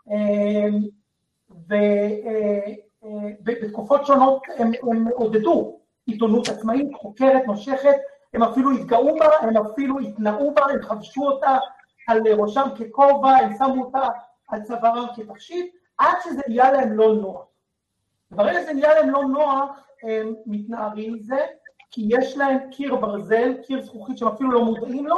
ובתקופות שונות הם עודדו עיתונות עצמאית, חוקרת, נושכת, הם אפילו התגאו בה, הם אפילו התנאו בה, הם חבשו אותה על ראשם ככובע, הם שמו אותה על צווארם כתכשיט, עד שזה נהיה להם לא נוח. ברגע שזה נהיה להם לא נוח, הם מתנערים מזה, כי יש להם קיר ברזל, קיר זכוכית שהם אפילו לא מודעים לו,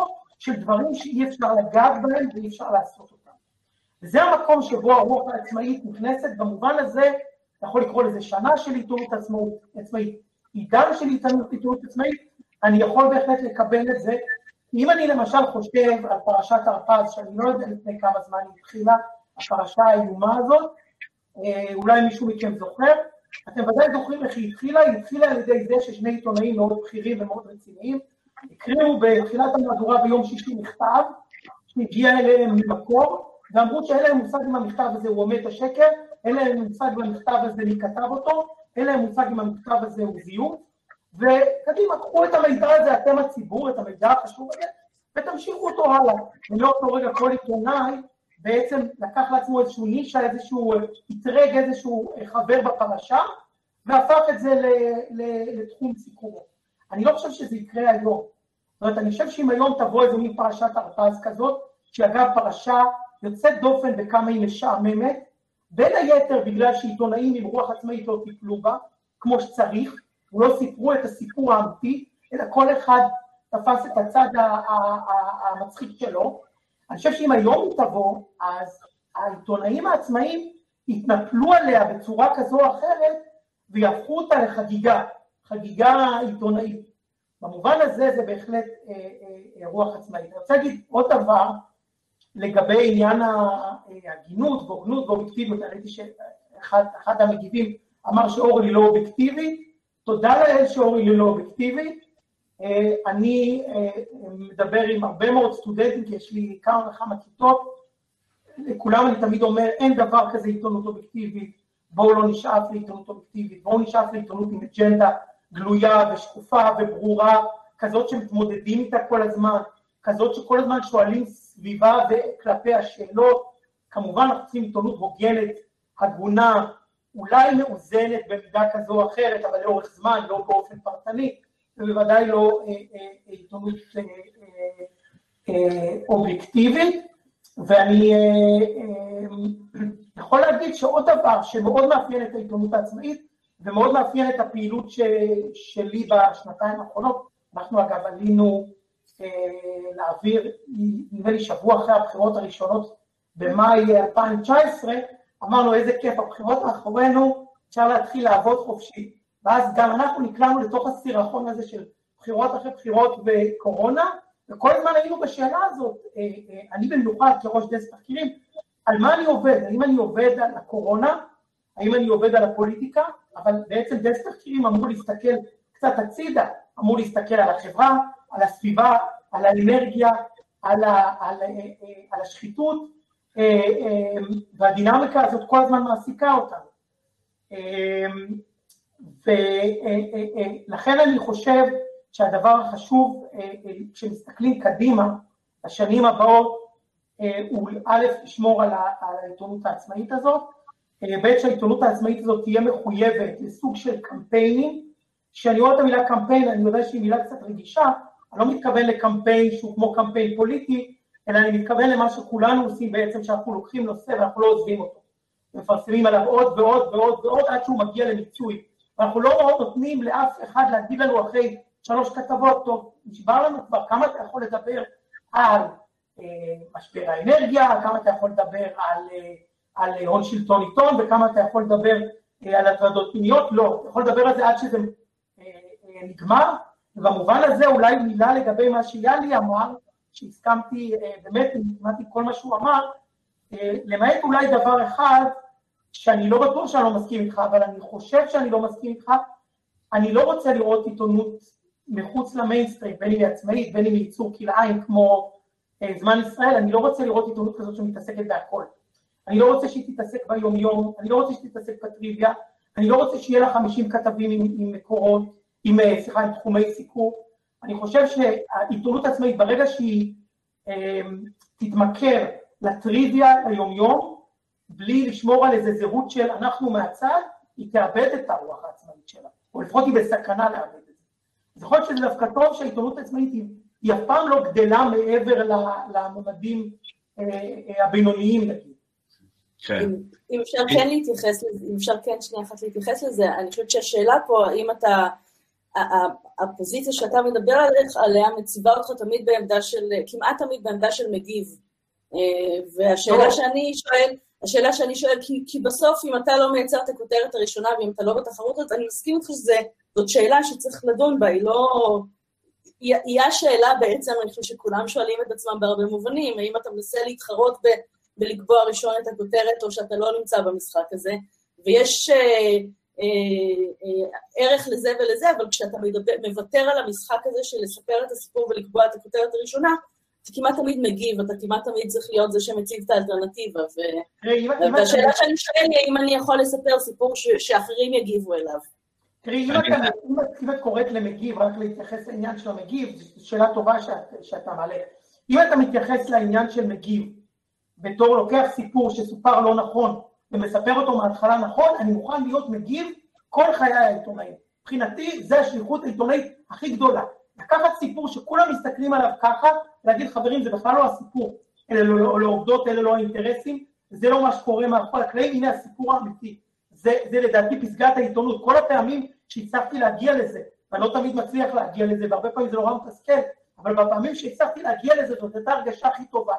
של דברים שאי אפשר לגעת בהם ואי אפשר לעשות אותם. וזה המקום שבו הרוח העצמאית נכנסת, במובן הזה, אתה יכול לקרוא לזה שנה של עיתונות עצמאית, עידן של עיתונות עצמאית, אני יכול בהחלט לקבל את זה. אם אני למשל חושב על פרשת הרפז, שאני לא יודע לפני כמה זמן היא התחילה, הפרשה האיומה הזאת, אולי מישהו מכם זוכר, אתם ודאי זוכרים איך היא התחילה על ידי זה ששני עיתונאים מאוד בכירים ומאוד רציניים, הקריאו בתחילת המהדורה ביום שישי מכתב, שהגיע אליהם ממקור, ואמרו שאין להם מושג אם המכתב הזה הוא עומד השקר, אין להם מושג אם המכתב הזה מי כתב אותו, אין להם מושג אם המכתב הזה הוא זיוף, וקדימה, קחו את המידע הזה, אתם הציבור, את המידע החשוב הזה, ותמשיכו אותו הלאה. ולאותו רגע כל עיתונאי בעצם לקח לעצמו איזשהו נישה, איזשהו יתרג, איזשהו חבר בפרשה, והפך את זה לתחום סיכומו. אני לא חושב שזה יקרה היום. זאת אומרת, אני חושב שאם היום תבוא איזו מין פרשת הרפז כזאת, שאגב פרשה יוצאת דופן בכמה היא משעממת, בין היתר בגלל שעיתונאים עם רוח עצמאית לא טיפלו בה, כמו שצריך, ולא סיפרו את הסיפור האמיתי, אלא כל אחד תפס את הצד המצחיק שלו. אני חושב שאם היום היא תבוא, אז העיתונאים העצמאיים יתנפלו עליה בצורה כזו או אחרת, ויהפכו אותה חגיגה עיתונאית. במובן הזה זה בהחלט רוח עצמאית. אני רוצה להגיד עוד דבר לגבי עניין ההגינות והוגנות ואובייקטיביות. אני ראיתי שאחד המגיבים אמר שאורלי לא אובייקטיבי, תודה לאל שאורלי לא אובייקטיבי. אני מדבר עם הרבה מאוד סטודנטים, כי יש לי כמה וכמה כיתות, לכולם אני תמיד אומר, אין דבר כזה עיתונות אובייקטיבית, בואו לא נשאף לעיתונות אובייקטיבית, בואו נשאף לעיתונות עם אג'נדה גלויה ושקופה וברורה, כזאת שמתמודדים איתה כל הזמן, כזאת שכל הזמן שואלים סביבה וכלפי השאלות. כמובן אנחנו צריכים עיתונות הוגנת, הגונה, אולי מאוזנת במידה כזו או אחרת, אבל לאורך זמן, לא באופן פרטני, ובוודאי לא עיתונות אובייקטיבית. ואני יכול להגיד שעוד דבר שמאוד מאפיין את העיתונות העצמאית, ומאוד מאפיין את הפעילות שלי בשנתיים האחרונות, אנחנו אגב עלינו להעביר, נראה לי שבוע אחרי הבחירות הראשונות במאי 2019, אמרנו איזה כיף, הבחירות מאחורינו, אפשר להתחיל לעבוד חופשי, ואז גם אנחנו נקלענו לתוך הסירחון הזה של בחירות אחרי בחירות וקורונה, וכל הזמן היינו בשאלה הזאת, אני במיוחד כראש דסק תחקירים, על מה אני עובד? האם אני עובד על הקורונה? האם אני עובד על הפוליטיקה? אבל בעצם דסק תחקירים אמור להסתכל קצת הצידה, אמור להסתכל על החברה, על הסביבה, על האנרגיה, על השחיתות, והדינמיקה הזאת כל הזמן מעסיקה אותנו. ולכן אני חושב שהדבר החשוב, כשמסתכלים קדימה, השנים הבאות, הוא א', לשמור על העיתונות העצמאית הזאת, ב' שהעיתונות העצמאית הזאת תהיה מחויבת לסוג של קמפיינים, כשאני רואה את המילה קמפיין, אני יודע שהיא מילה קצת רגישה, אני לא מתכוון לקמפיין שהוא כמו קמפיין פוליטי, אלא אני מתכוון למה שכולנו עושים בעצם, שאנחנו לוקחים נושא ואנחנו לא עוזבים אותו, מפרסמים עליו עוד ועוד ועוד ועוד עד שהוא מגיע למיצוי, ואנחנו לא נותנים לאף אחד להגיד לנו אחרי 3 כתבות, טוב, נשבר לנו כבר כמה אתה יכול לדבר על משבר האנרגיה, כמה אתה יכול לדבר על הון שלטון עיתון, וכמה אתה יכול לדבר על הטרדות מיניות, לא, אתה יכול לדבר על זה עד שזה נגמר, ובמובן הזה אולי מילה לגבי מה שיאלי אמר, שהסכמתי באמת, נתמדתי כל מה שהוא אמר, למעט אולי דבר אחד, שאני לא בטוח שאני לא מסכים איתך, אבל אני חושב שאני לא מסכים איתך, אני לא רוצה לראות עיתונות מחוץ למיינסטרים, בין אם היא עצמאית, בין אם היא ייצור כלאיים כמו זמן ישראל, אני לא רוצה לראות עיתונות כזאת שמתעסקת בהכל. אני לא רוצה שהיא תתעסק ביום יום, אני לא רוצה שהיא תתעסק בטריוויה, אני לא רוצה שיהיה לה 50 כתבים עם מקורות, עם תחומי סיקור. אני חושב שהעיתונות עצמאית ברגע שהיא תתמכר לטריוויה ליום יום, בלי לשמור על איזה זהות של אנחנו מהצד, היא תאבד את הרוח העצמאית שלה, או לפחות היא בסכנה לאבד את זה. אז יכול להיות שזה דווקא טוב שהעיתונות העצמאית היא אף פעם לא גדלה מעבר לממדים הבינוניים נגיד. אם אפשר כן להתייחס לזה, אם אפשר כן שנייה אחת להתייחס לזה, אני חושבת שהשאלה פה, הפוזיציה שאתה מדבר עליה מציבה אותך תמיד בעמדה של, כמעט תמיד בעמדה של מגיב. והשאלה שאני שואל, כי בסוף אם אתה לא מייצר את הכותרת הראשונה, ואם אתה לא בתחרות הזאת, אני מסכים איתך שזאת שאלה שצריך לדון בה, היא השאלה בעצם, אני חושב שכולם שואלים את עצמם בהרבה מובנים, האם אתה מנסה להתחרות בלקבוע ראשון את הכותרת, או שאתה לא נמצא במשחק הזה, ויש ערך לזה ולזה, אבל כשאתה מוותר על המשחק הזה של לספר את הסיפור ולקבוע את הכותרת הראשונה, אתה כמעט תמיד מגיב, אתה כמעט תמיד צריך להיות זה שמציב את האלטרנטיבה, והשאלה שאני שואל היא אם אני יכול לספר סיפור שאחרים יגיבו אליו. תראי, אם את קוראת למגיב, רק להתייחס לעניין של המגיב, זו שאלה טובה שאתה מעלה. אם אתה מתייחס לעניין של מגיב, בתור לוקח סיפור שסופר לא נכון, ומספר אותו מההתחלה נכון, אני מוכן להיות מגיב כל חיי העיתונאים. מבחינתי, זה השליחות העיתונאית הכי גדולה. לקחת סיפור שכולם מסתכלים עליו ככה, להגיד חברים, זה בכלל לא הסיפור, אלה לא עובדות, אלה לא האינטרסים, זה לא מה שקורה מאחורי הקלעים, הנה הסיפור האמיתי. זה לדעתי פסגת העיתונות. כל הפעמים שהצלחתי להגיע לזה, ואני לא תמיד מצליח להגיע לזה, והרבה פעמים זה נורא מתסכל, אבל בפעמים שהצלחתי להגיע לזה, זאת הייתה הרגשה הכי טובה.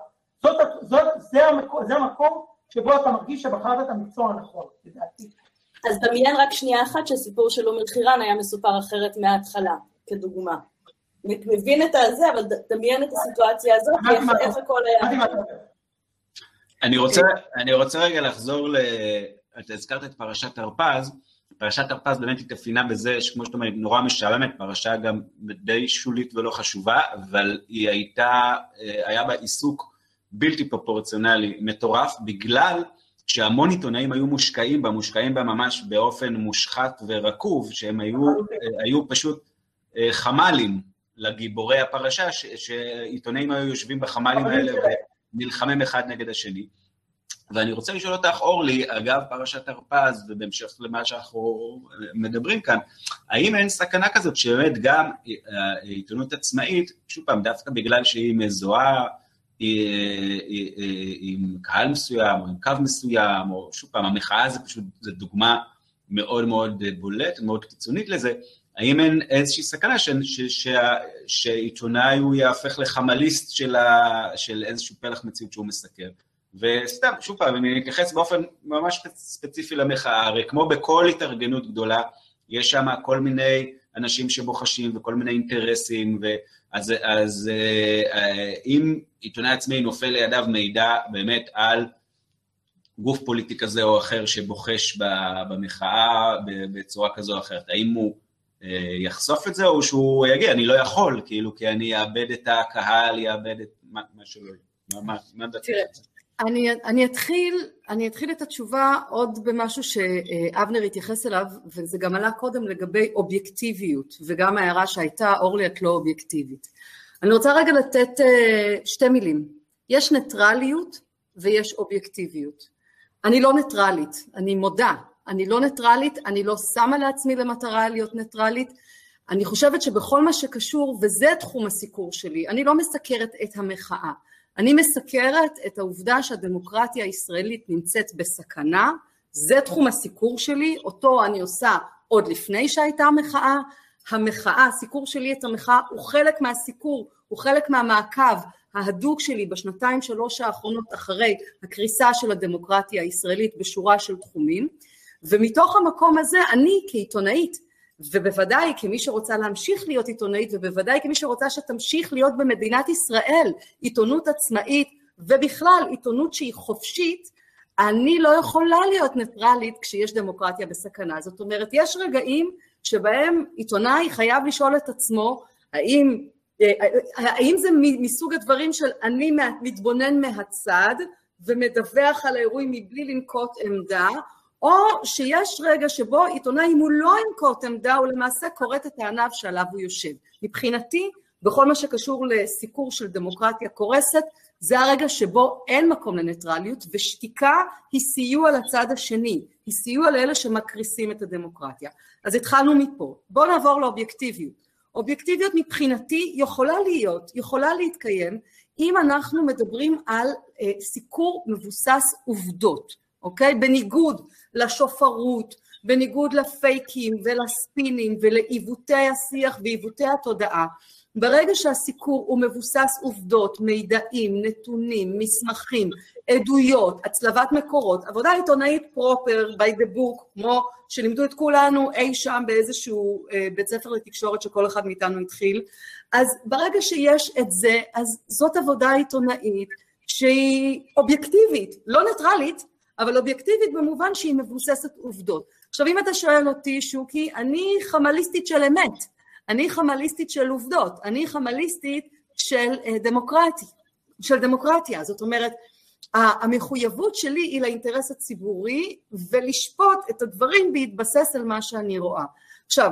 זה המקום שבו אתה מרגיש שבחרת את המקצוע הנכון, לדעתי. אז דמיין רק שנייה אחת שהסיפור של אום אל-חיראן היה מסופר אחרת מההתחלה, כדוגמה. מבין את הזה, אבל דמיין את הסיטואציה הזאת, איך הכל היה. אני רוצה רגע לחזור אתה הזכרת את פרשת הרפז, פרשת הרפז באמת התאפיינה בזה, שכמו שאתה אומר, נורא משעממת, פרשה גם די שולית ולא חשובה, אבל היה בה עיסוק בלתי פרופורציונלי, מטורף, בגלל שהמון עיתונאים היו מושקעים בה ממש באופן מושחת ורקוב, שהם היו פשוט חמלים לגיבורי הפרשה, שעיתונאים היו יושבים בחמלים האלה ונלחמים אחד נגד השני. ואני רוצה לשאול אותך, אורלי, אגב פרשת הרפז, ובהמשך למה שאנחנו מדברים כאן, האם אין סכנה כזאת שבאמת גם עיתונות עצמאית, שוב פעם, דווקא בגלל שהיא מזוהה עם קהל מסוים, או עם קו מסוים, או שוב פעם, המחאה זה פשוט, זו דוגמה מאוד מאוד בולט, מאוד קיצונית לזה, האם אין איזושהי סכנה שעיתונאי הוא יהפך לחמליסט של איזשהו פלח מציאות שהוא מסקר? וסתם, שוב פעם, אני אתייחס באופן ממש ספציפי למחאה, הרי כמו בכל התארגנות גדולה, יש שם כל מיני אנשים שבוחשים וכל מיני אינטרסים, אז אם עיתונאי עצמאי נופל לידיו מידע באמת על גוף פוליטי כזה או אחר שבוחש במחאה בצורה כזו או אחרת, האם הוא יחשוף את זה או שהוא יגיד, אני לא יכול, כאילו, כי אני אאבד את הקהל, יאבד את מה שלא יהיה. מה דעתך? אני אתחיל את התשובה עוד במשהו שאבנר התייחס אליו, וזה גם עלה קודם לגבי אובייקטיביות, וגם ההערה שהייתה, אורלי, את לא אובייקטיבית. אני רוצה רגע לתת שתי מילים. יש ניטרליות ויש אובייקטיביות. אני לא ניטרלית, אני מודה. אני לא ניטרלית, אני לא שמה לעצמי למטרה להיות ניטרלית. אני חושבת שבכל מה שקשור, וזה תחום הסיקור שלי, אני לא מסקרת את המחאה. אני מסקרת את העובדה שהדמוקרטיה הישראלית נמצאת בסכנה, זה תחום הסיקור שלי, אותו אני עושה עוד לפני שהייתה מחאה, הסיקור שלי את המחאה הוא חלק מהסיקור, הוא חלק מהמעקב ההדוק שלי בשנתיים שלוש האחרונות אחרי הקריסה של הדמוקרטיה הישראלית בשורה של תחומים, ומתוך המקום הזה אני כעיתונאית, ובוודאי כמי שרוצה להמשיך להיות עיתונאית, ובוודאי כמי שרוצה שתמשיך להיות במדינת ישראל עיתונות עצמאית, ובכלל עיתונות שהיא חופשית, אני לא יכולה להיות ניטרלית כשיש דמוקרטיה בסכנה. זאת אומרת, יש רגעים שבהם עיתונאי חייב לשאול את עצמו, האם זה מסוג הדברים של אני מתבונן מהצד, ומדווח על האירועים מבלי לנקוט עמדה, או שיש רגע שבו עיתונאי אם הוא לא ינקוט עמדה, הוא למעשה קוראת את הענב שעליו הוא יושב. מבחינתי, בכל מה שקשור לסיקור של דמוקרטיה קורסת, זה הרגע שבו אין מקום לניטרליות, ושתיקה היא סיוע לצד השני, היא סיוע לאלה שמקריסים את הדמוקרטיה. אז התחלנו מפה. בואו נעבור לאובייקטיביות. אובייקטיביות מבחינתי יכולה להתקיים, אם אנחנו מדברים על סיקור מבוסס עובדות. אוקיי? בניגוד לשופרות בניגוד לפייקים ולספינים ולעיוותי השיח ועיוותי התודעה. ברגע שהסיקור הוא מבוסס עובדות, מידעים, נתונים, מסמכים, עדויות, הצלבת מקורות, עבודה עיתונאית פרופר, by the book, כמו שלימדו את כולנו אי שם באיזשהו בית ספר לתקשורת שכל אחד מאיתנו התחיל, אז ברגע שיש את זה, אז זאת עבודה עיתונאית שהיא אובייקטיבית, לא ניטרלית, אבל אובייקטיבית במובן שהיא מבוססת עובדות. עכשיו אם אתה שואל אותי שוקי, אני חמליסטית של אמת, אני חמליסטית של עובדות, אני חמליסטית של דמוקרטיה, זאת אומרת, המחויבות שלי היא לאינטרס הציבורי, ולשפוט את הדברים בהתבסס על מה שאני רואה. עכשיו,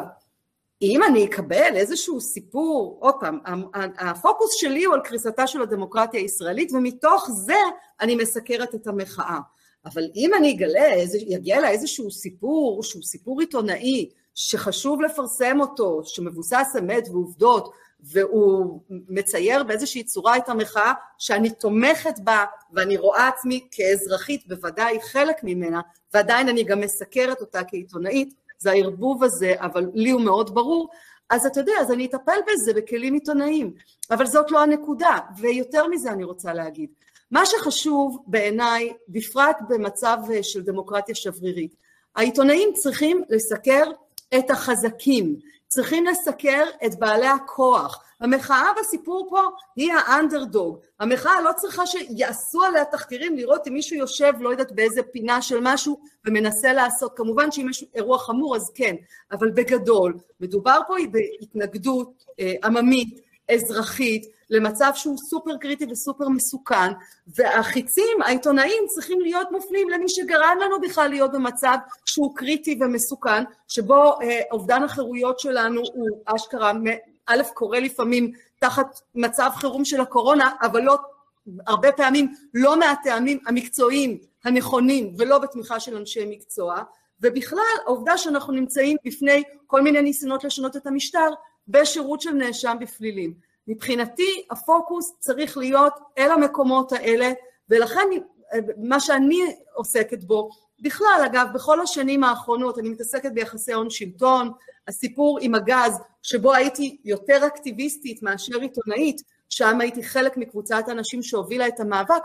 אם אני אקבל איזשהו סיפור, עוד פעם, הפוקוס שלי הוא על קריסתה של הדמוקרטיה הישראלית, ומתוך זה אני מסקרת את המחאה. אבל אם אני יגיע לה איזשהו סיפור, שהוא סיפור עיתונאי, שחשוב לפרסם אותו, שמבוסס אמת ועובדות, והוא מצייר באיזושהי צורה את המחאה, שאני תומכת בה, ואני רואה עצמי כאזרחית, בוודאי חלק ממנה, ועדיין אני גם מסקרת אותה כעיתונאית, זה הערבוב הזה, אבל לי הוא מאוד ברור, אז אתה יודע, אז אני אטפל בזה בכלים עיתונאיים, אבל זאת לא הנקודה, ויותר מזה אני רוצה להגיד. מה שחשוב בעיניי, בפרט במצב של דמוקרטיה שברירית, העיתונאים צריכים לסקר את החזקים, צריכים לסקר את בעלי הכוח. המחאה בסיפור פה היא האנדרדוג. המחאה לא צריכה שיעשו עליה תחקירים לראות אם מישהו יושב, לא יודעת באיזה פינה של משהו, ומנסה לעשות. כמובן שאם יש אירוע חמור אז כן, אבל בגדול, מדובר פה בהתנגדות עממית, אזרחית, למצב שהוא סופר קריטי וסופר מסוכן, והחיצים, העיתונאים צריכים להיות מופנים למי שגרם לנו בכלל להיות במצב שהוא קריטי ומסוכן, שבו אובדן החירויות שלנו הוא אשכרה, א' קורה לפעמים תחת מצב חירום של הקורונה, אבל לא, הרבה פעמים לא מהטעמים המקצועיים הנכונים, ולא בתמיכה של אנשי מקצוע, ובכלל העובדה שאנחנו נמצאים בפני כל מיני ניסיונות לשנות את המשטר, בשירות של נאשם בפלילים. מבחינתי הפוקוס צריך להיות אל המקומות האלה, ולכן מה שאני עוסקת בו, בכלל אגב בכל השנים האחרונות אני מתעסקת ביחסי הון שלטון, הסיפור עם הגז שבו הייתי יותר אקטיביסטית מאשר עיתונאית, שם הייתי חלק מקבוצת האנשים שהובילה את המאבק,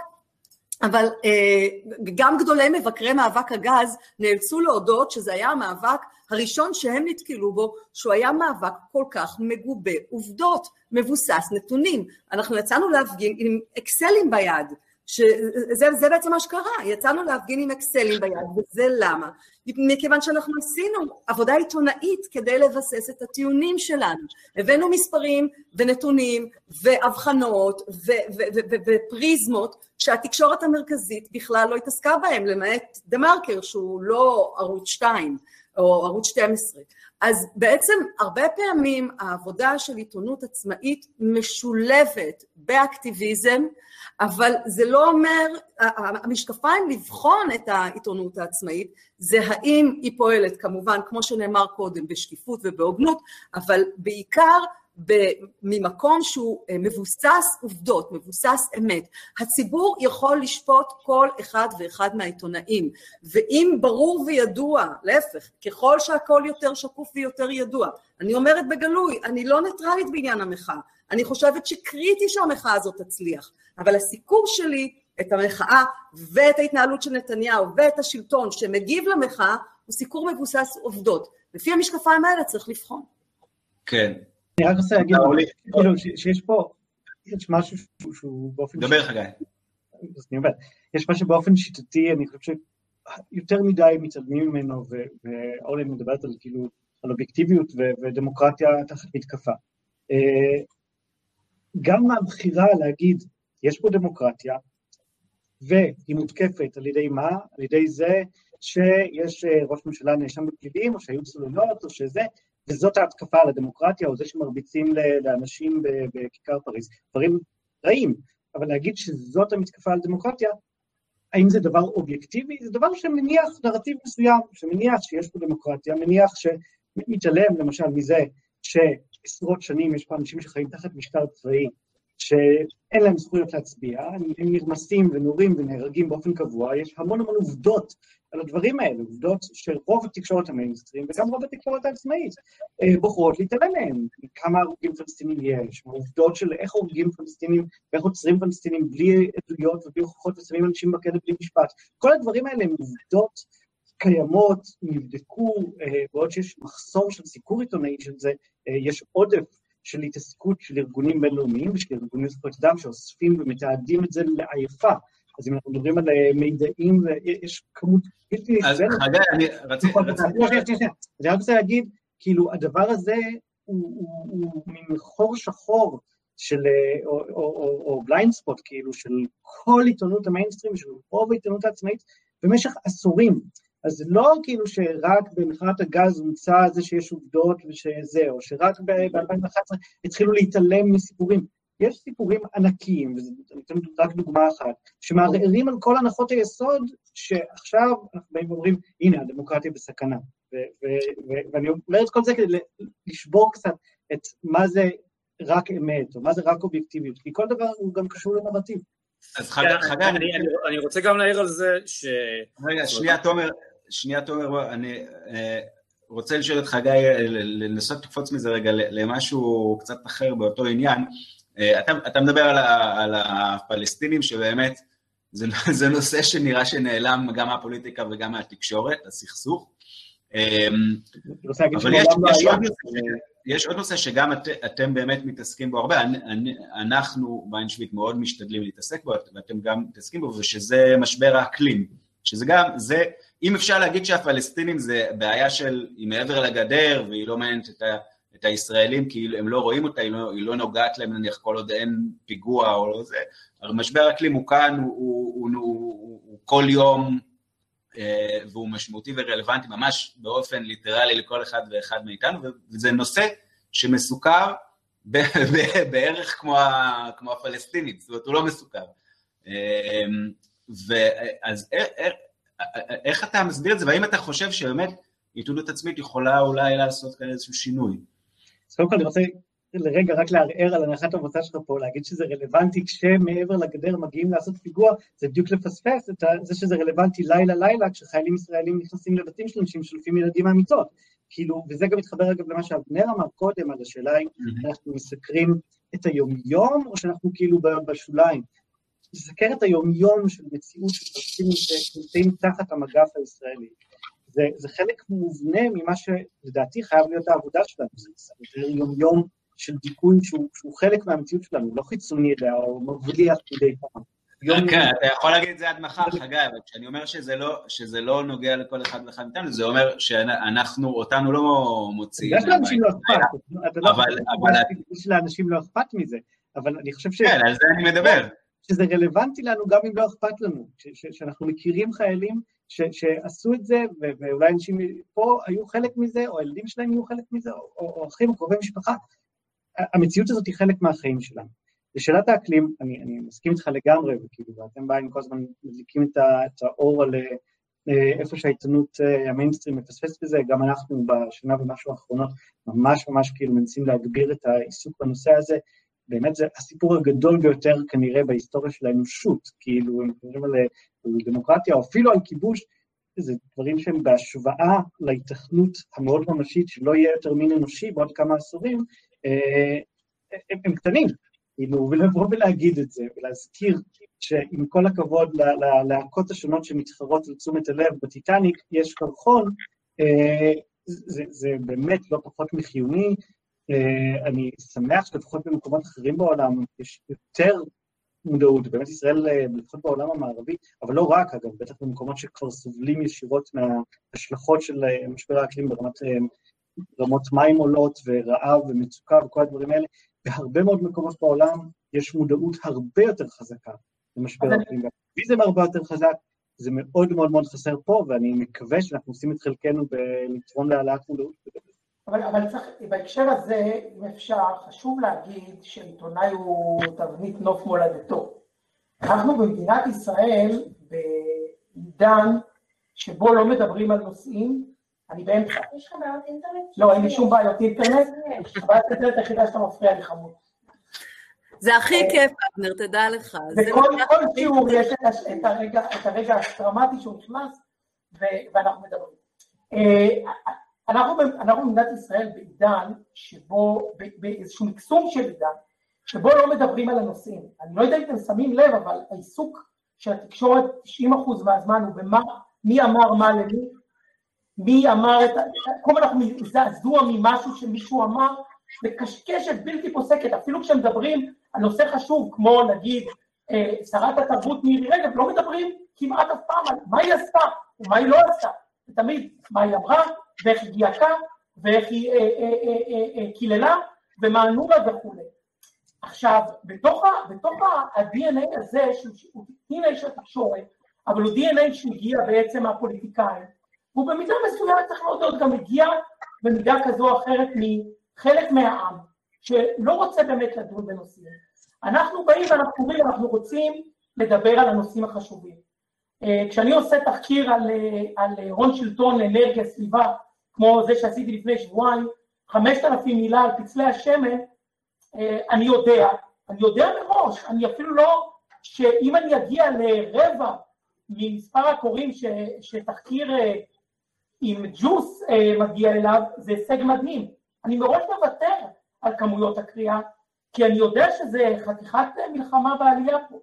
אבל גם גדולי מבקרי מאבק הגז נאלצו להודות שזה היה המאבק הראשון שהם נתקלו בו, שהוא היה מאבק כל כך מגובה עובדות, מבוסס נתונים. אנחנו יצאנו להפגין עם אקסלים ביד, שזה בעצם מה שקרה, יצאנו להפגין עם אקסלים ביד, וזה למה? מכיוון שאנחנו עשינו עבודה עיתונאית כדי לבסס את הטיעונים שלנו, הבאנו מספרים ונתונים והבחנות ופריזמות שהתקשורת המרכזית בכלל לא התעסקה בהם, למעט דה מרקר שהוא לא ערוץ 2 או ערוץ 12. אז בעצם הרבה פעמים העבודה של עיתונות עצמאית משולבת באקטיביזם, אבל זה לא אומר, המשקפיים לבחון את העיתונות העצמאית, זה האם היא פועלת כמובן, כמו שנאמר קודם, בשקיפות ובהוגנות, אבל בעיקר ממקום שהוא מבוסס עובדות, מבוסס אמת. הציבור יכול לשפוט כל אחד ואחד מהעיתונאים, ואם ברור וידוע, להפך, ככל שהכל יותר שקוף ויותר ידוע, אני אומרת בגלוי, אני לא ניטרלית בעניין המחאה, אני חושבת שקריטי שהמחאה הזאת תצליח, אבל הסיקור שלי את המחאה ואת ההתנהלות של נתניהו ואת השלטון שמגיב למחאה, הוא סיקור מבוסס עובדות. לפי המשקפיים האלה צריך לבחון. כן. אני רק רוצה להגיד שיש פה, יש משהו שהוא באופן... דבר חגי. אז אני אומר, יש משהו באופן שיטתי, אני חושב שיותר מדי מתעלמים ממנו, ואורלי מדברת על כאילו, על אובייקטיביות ודמוקרטיה תחת מתקפה. גם הבחירה להגיד, יש פה דמוקרטיה, והיא מותקפת על ידי מה? על ידי זה שיש ראש ממשלה נאשם בפלילים, או שהיו צוללות, או שזה, וזאת ההתקפה על הדמוקרטיה, או זה שמרביצים לאנשים בכיכר פריז. דברים רעים, אבל להגיד שזאת המתקפה על דמוקרטיה, האם זה דבר אובייקטיבי? זה דבר שמניח נרטיב מסוים, שמניח שיש פה דמוקרטיה, מניח שמתעלם למשל מזה שעשרות שנים יש פה אנשים שחיים תחת משטר צבאי, שאין להם זכויות להצביע, הם נרמסים ונורים ונהרגים באופן קבוע, יש המון עובדות על הדברים האלה, עובדות שרוב התקשורת המיינסטרים, וגם רוב התקשורת העצמאית, בוחרות להתעלם מהם, כמה הרוגים פלסטינים יש, עובדות של איך הורגים פלסטינים, ואיך עוצרים פלסטינים בלי עדויות ובלי הוכחות ושמים אנשים בכלא בלי משפט. כל הדברים האלה הם עובדות קיימות, נבדקו, בעוד שיש מחסור של סיקור עיתונאי של זה, יש עודף של התעסקות של ארגונים בינלאומיים ושל ארגונים זכויות אדם שאוספים ומתעדים את זה לעייפה. אז אם אנחנו מדברים על מידעים, יש כמות בלתי אז חגי, אני אני רק רוצה להגיד, כאילו, הדבר הזה הוא מין חור שחור של, או בליינד ספוט, כאילו, של כל עיתונות המיינסטרים, של רוב העיתונות העצמאית, במשך עשורים. אז זה לא כאילו שרק במכירת הגז הומצא זה שיש עובדות ושזה, או שרק ב-2011 התחילו להתעלם מסיפורים. יש סיפורים ענקיים, ואני אתן רק דוגמה אחת, שמערערים על כל הנחות היסוד, שעכשיו אנחנו באים ואומרים, הנה, הדמוקרטיה בסכנה. ואני אומר את כל זה כדי לשבור קצת את מה זה רק אמת, או מה זה רק אובייקטיביות, כי כל דבר הוא גם קשור לנרטיב. אז חגי, אני רוצה גם להעיר על זה ש... רגע, שנייה תומר, אני רוצה לשאול את חגי, לנסות לקפוץ מזה רגע למשהו קצת אחר באותו עניין. אתה מדבר על הפלסטינים, שבאמת זה נושא שנראה שנעלם גם מהפוליטיקה וגם מהתקשורת, הסכסוך. אבל יש עוד נושא שגם אתם באמת מתעסקים בו הרבה, אנחנו ביינשוויק מאוד משתדלים להתעסק בו, ואתם גם מתעסקים בו, ושזה משבר האקלים, שזה גם, זה, אם אפשר להגיד שהפלסטינים זה בעיה של, היא מעבר לגדר, והיא לא מעניינת את הישראלים, כי הם לא רואים אותה, היא לא נוגעת להם, נניח כל עוד אין פיגוע או לא זה, משבר האקלים הוא כאן, הוא כל יום, והוא משמעותי ורלוונטי, ממש באופן ליטרלי לכל אחד ואחד מאיתנו, וזה נושא שמסוכר בערך כמו הפלסטינית, זאת אומרת, הוא לא מסוכר. אז איך אתה מסביר את זה, והאם אתה חושב שבאמת עיתונות עצמית יכולה אולי לעשות כאן איזשהו שינוי? אז קודם כל אני רוצה לרגע רק לערער על הנחת המוצא שלך פה, להגיד שזה רלוונטי כשמעבר לגדר מגיעים לעשות פיגוע, זה בדיוק לפספס את זה שזה רלוונטי לילה, כשחיילים ישראלים נכנסים לבתים של אנשים שולפים ילדים מהמיטות. כאילו, וזה גם מתחבר אגב למה שאבנר אמר קודם, על השאלה אם אנחנו מסקרים את היום-יום, או שאנחנו כאילו בשוליים. לסקר את היום-יום של מציאות של פלסטינים שנמצאים תחת המגף הישראלי. זה חלק מובנה ממה שלדעתי חייב להיות העבודה שלנו, זה יום-יום של דיכוי שהוא חלק מהמציאות שלנו, לא חיצוני אליה, או מבליח מדי פעם. כן, אתה יכול להגיד את זה עד מחר, חגי, אבל כשאני אומר שזה לא נוגע לכל אחד ואחד מאיתנו, זה אומר שאנחנו, אותנו לא מוציאים. יש לאנשים לא אכפת, אתה לא חושב שלאנשים לא אכפת מזה, אבל אני חושב כן, על זה אני מדבר. שזה רלוונטי לנו גם אם לא אכפת לנו, שאנחנו מכירים חיילים שעשו את זה, ואולי אנשים פה היו חלק מזה, או הילדים שלהם היו חלק מזה, או אחים או קרובי משפחה. המציאות הזאת היא חלק מהחיים שלנו. לשאלת האקלים, אני מסכים איתך לגמרי, וכאילו, ואתם באים כל הזמן מדליקים את האור על איפה שהעיתונות המיינסטרים מפספס בזה, גם אנחנו בשנה ומשהו האחרונות ממש כאילו מנסים להגביר את העיסוק בנושא הזה, באמת זה הסיפור הגדול ביותר כנראה בהיסטוריה של האנושות, כאילו, אם מדברים על דמוקרטיה, או אפילו על כיבוש, זה דברים שהם בהשוואה להתכנות המאוד ממשית, שלא יהיה יותר מין אנושי בעוד כמה עשורים, הם קטנים, כאילו, ולבוא ולהגיד את זה, ולהזכיר שעם כל הכבוד להקות השונות שמתחרות על תשומת הלב בטיטניק, יש קרחון, זה באמת לא פחות מחיוני, אני שמח שלפחות במקומות אחרים בעולם יש יותר מודעות, באמת ישראל לפחות בעולם המערבי, אבל לא רק אגב, בטח במקומות שכבר סובלים ישירות מההשלכות של משבר האקלים ברמות מים עולות ורעב ומצוקה וכל הדברים האלה, בהרבה מאוד מקומות בעולם יש מודעות הרבה יותר חזקה למשבר האקלים, וזה הרבה יותר חזק, זה מאוד מאוד מאוד חסר פה, ואני מקווה שאנחנו עושים את חלקנו לתרום להעלאת מודעות. אבל צריך, בהקשר הזה, אם אפשר, חשוב להגיד שעיתונאי הוא תבנית נוף מולדתו. אנחנו במדינת ישראל, בעידן שבו לא מדברים על נושאים, אני באמצע. יש לך בעיות אינטרנט? לא, אין לי שום בעיות אינטרנט, הבעיות אינטרנט היחידה שאתה מפריע לי חמוד. זה הכי כיף, אבנר, תדע לך. וכל שיעור יש את הרגע הדרמטי שהוא נכנס, ואנחנו מדברים. אנחנו במדינת ישראל בעידן שבו, באיזשהו מקסום של עידן, שבו לא מדברים על הנושאים. אני לא יודע אם אתם שמים לב, אבל העיסוק של התקשורת 90% מהזמן הוא במה, מי אמר מה למי, מי אמר את... כל אנחנו מזעזוע ממשהו שמישהו אמר, וקשקשת בלתי פוסקת, אפילו כשמדברים על נושא חשוב, כמו נגיד שרת התרבות מירי רגב, לא מדברים כמעט אף פעם על מה היא עשתה ומה היא לא עשתה, ותמיד מה היא אמרה, ואיך היא דייקה, ואיך היא קיללה, ומה ענו לה וכו'. עכשיו, בתוך ה-DNA הזה, שהוא DNA של התקשורת, אבל הוא DNA שהגיע בעצם מהפוליטיקאים, הוא במידה מסוימת צריך להודות גם הגיע במידה כזו או אחרת מחלק מהעם, שלא רוצה באמת לדון בנושאים. אנחנו באים ואנחנו רוצים לדבר על הנושאים החשובים. כשאני עושה תחקיר על הון שלטון לאנרגיה סביבה, כמו זה שעשיתי לפני שבועיים, 5,000 מילה על פצלי השמן, אני יודע מראש, אני אפילו לא, שאם אני אגיע לרבע ממספר הקוראים שתחקיר עם ג'וס מגיע אליו, זה הישג מדהים. אני מראש מוותר על כמויות הקריאה, כי אני יודע שזה חתיכת מלחמה בעלייה פה.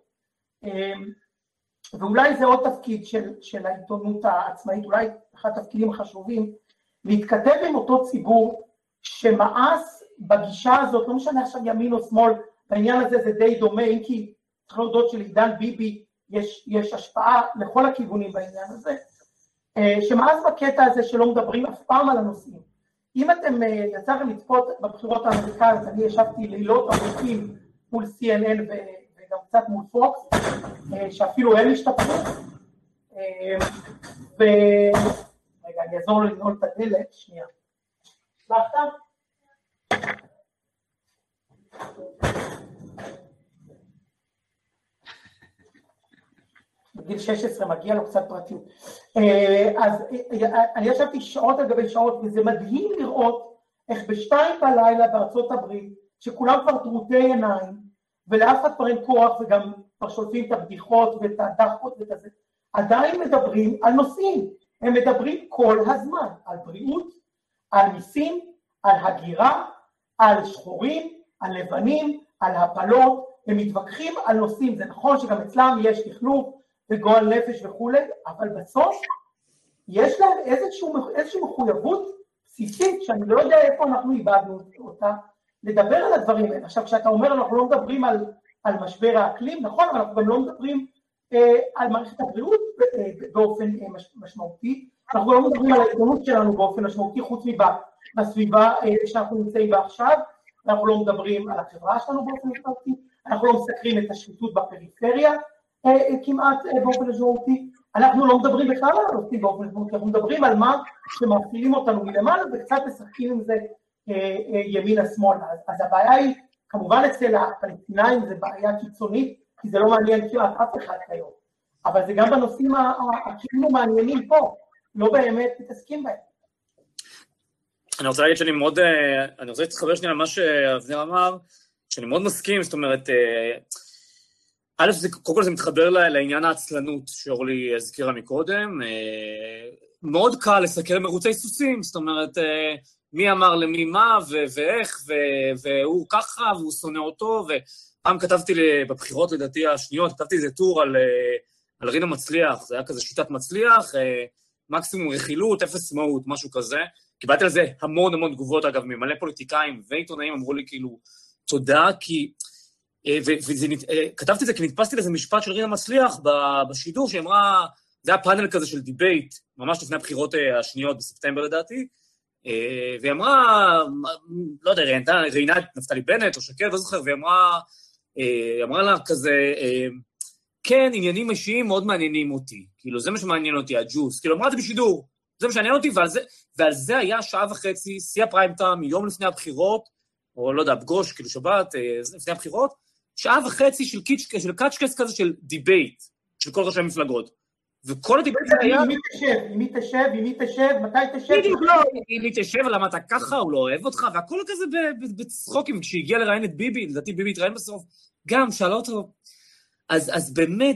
ואולי זה עוד תפקיד של העיתונות העצמאית, אולי אחד התפקידים החשובים, להתכתב עם אותו ציבור שמאס בגישה הזאת, לא משנה עכשיו ימין או שמאל, בעניין הזה זה די דומה, אם כי צריך להודות שלעידן ביבי יש השפעה לכל הכיוונים בעניין הזה, שמאס בקטע הזה שלא מדברים אף פעם על הנושאים. אם אתם יצאתם לצפות בבחירות האמריקאיות, אני ישבתי לילות ארוכים מול CNN וגם קצת מול פוקס, שאפילו הם השתפרו, רגע, אני אעזור לו לנעול את הדלת, שנייה. הצלחת? בגיל 16 מגיע לו קצת פרטיות. אז אני ישבתי שעות על גבי שעות, וזה מדהים לראות איך ב2 בלילה בארצות הברית, שכולם כבר טרוטי עיניים, ולאף אחד כבר אין כוח, וגם כבר שולפים את הבדיחות ואת הדחקות ואת זה, עדיין מדברים על נושאים. הם מדברים כל הזמן על בריאות, על מיסים, על הגירה, על שחורים, על לבנים, על הפלות, הם מתווכחים על נושאים. זה נכון שגם אצלם יש תחלוף וגועל נפש וכו', אבל בסוף יש להם איזושהי מחויבות בסיסית, שאני לא יודע איפה אנחנו איבדנו אותה, לדבר על הדברים האלה. עכשיו, כשאתה אומר, אנחנו לא מדברים על משבר האקלים, נכון, אבל אנחנו גם לא מדברים על מערכת הבריאות באופן משמעותי, אנחנו לא מדברים על העיתונות שלנו באופן משמעותי, חוץ בסביבה שאנחנו נמצאים בה עכשיו, אנחנו לא מדברים על החברה שלנו באופן משמעותי, אנחנו לא מסקרים את השחיתות בפריפריה כמעט באופן משמעותי, אנחנו לא מדברים בכלל על הנושאים באופן משמעותי, אנחנו מדברים על מה שמאפילים אותנו מלמעלה, וקצת משחקים עם זה ימינה שמאלה. אז הבעיה היא, כמובן אצל הפלסטינאים זה בעיה קיצונית, כי זה לא מעניין כמעט אף אחד כיום, אבל זה גם בנושאים הכאילו מעניינים פה, לא באמת מתעסקים בהם. אני רוצה להגיד אני רוצה להתחבר שנייה למה שאבנר אמר, שאני מאוד מסכים, זאת אומרת, א', קודם כל זה מתחבר לעניין העצלנות שאורלי הזכירה מקודם, מאוד קל לסקר מרוצי סוסים, זאת אומרת, מי אמר למי מה ואיך, והוא ככה, והוא שונא אותו, ופעם כתבתי בבחירות לדעתי השניות, כתבתי איזה טור על רינה מצליח, זה היה כזה שיטת מצליח, מקסימום רכילות, אפס מהות, משהו כזה, קיבלתי על זה המון תגובות, אגב, ממלא פוליטיקאים ועיתונאים אמרו לי כאילו, תודה, כי, כתבתי את זה כי נתפסתי לזה משפט של רינה מצליח בשידור, שאמרה, זה היה פאנל כזה של דיבייט, ממש לפני הבחירות השניות בספטמבר לדעתי, והיא אמרה, לא יודע, ראיינה את נפתלי בנט או שקד, לא זוכר, והיא אמרה לה כזה, כן, עניינים אישיים מאוד מעניינים אותי, כאילו זה מה שמעניין אותי, הג'וס, כאילו אמרה את זה בשידור, זה מה שעניין אותי, ועל זה היה שעה וחצי, שיא הפריים טיים, יום לפני הבחירות, או לא יודע, פגוש, כאילו שבת, לפני הבחירות, שעה וחצי של קאצ'קס כזה של דיבייט, של כל ראשי המפלגות. וכל הדיבייט זה היה... עם מי תשב, מתי תשב? בדיוק לא, אם היא תשב, למה אתה ככה, הוא לא אוהב אותך, והכל כזה בצחוקים, כשהגיע לראיין את ביבי, לדעתי ביבי התראיין בסוף, גם שאלה אותו, אז באמת,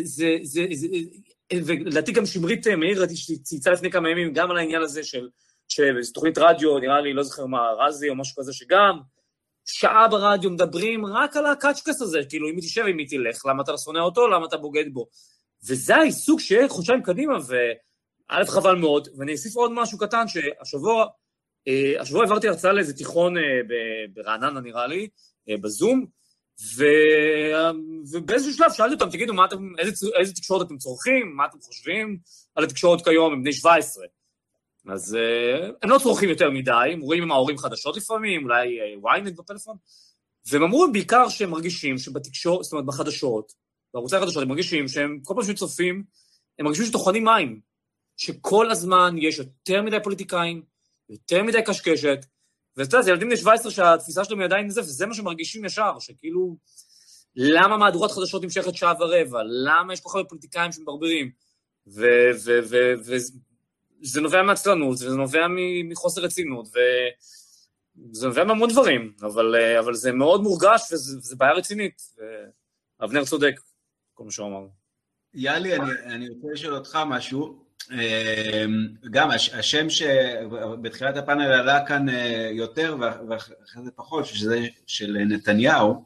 ולדעתי גם שמרית מאיר, צייצה לפני כמה ימים, גם על העניין הזה של תוכנית רדיו, נראה לי, לא זוכר מה, רזי או משהו כזה, שגם שעה ברדיו מדברים רק על הקאצ'קס הזה, כאילו, אם היא תשב, אם היא תלך, למה אתה לא שונא אותו, למה אתה בוגד בו. וזה העיסוק שיהיה חודשיים קדימה, וא' חבל מאוד, ואני אוסיף עוד משהו קטן, שהשבוע העברתי הרצאה לאיזה תיכון ברעננה נראה לי, בזום, ובאיזשהו שלב שאלתי אותם, תגידו, איזה תקשורת אתם צורכים, מה אתם חושבים על התקשורת כיום, הם בני 17. אז הם לא צורכים יותר מדי, הם רואים עם ההורים חדשות לפעמים, אולי וויינט בפלאפון, והם אמרו בעיקר שהם מרגישים שבתקשורת, זאת אומרת בחדשות, בערוצי החדשות, הם מרגישים שהם כל פעם שצופים, הם מרגישים שטוחנים מים, שכל הזמן יש יותר מדי פוליטיקאים, יותר מדי קשקשת, ואתה יודע, זה ילדים בני 17 שהתפיסה שלהם היא עדיין זה, וזה מה שמרגישים ישר, שכאילו, למה מהדורת חדשות נמשכת שעה ורבע, למה יש כל כך הרבה פוליטיקאים שמברברים, וזה נובע מעצלנות, וזה נובע מחוסר רצינות, וזה נובע מהמון דברים, אבל זה מאוד מורגש, וזה בעיה רצינית, ואבנר צודק, כל מה שהוא אמר. יאלי, אני רוצה לשאול אותך משהו, גם השם שבתחילת הפאנל עלה כאן יותר ואחרי זה פחות, שזה של נתניהו,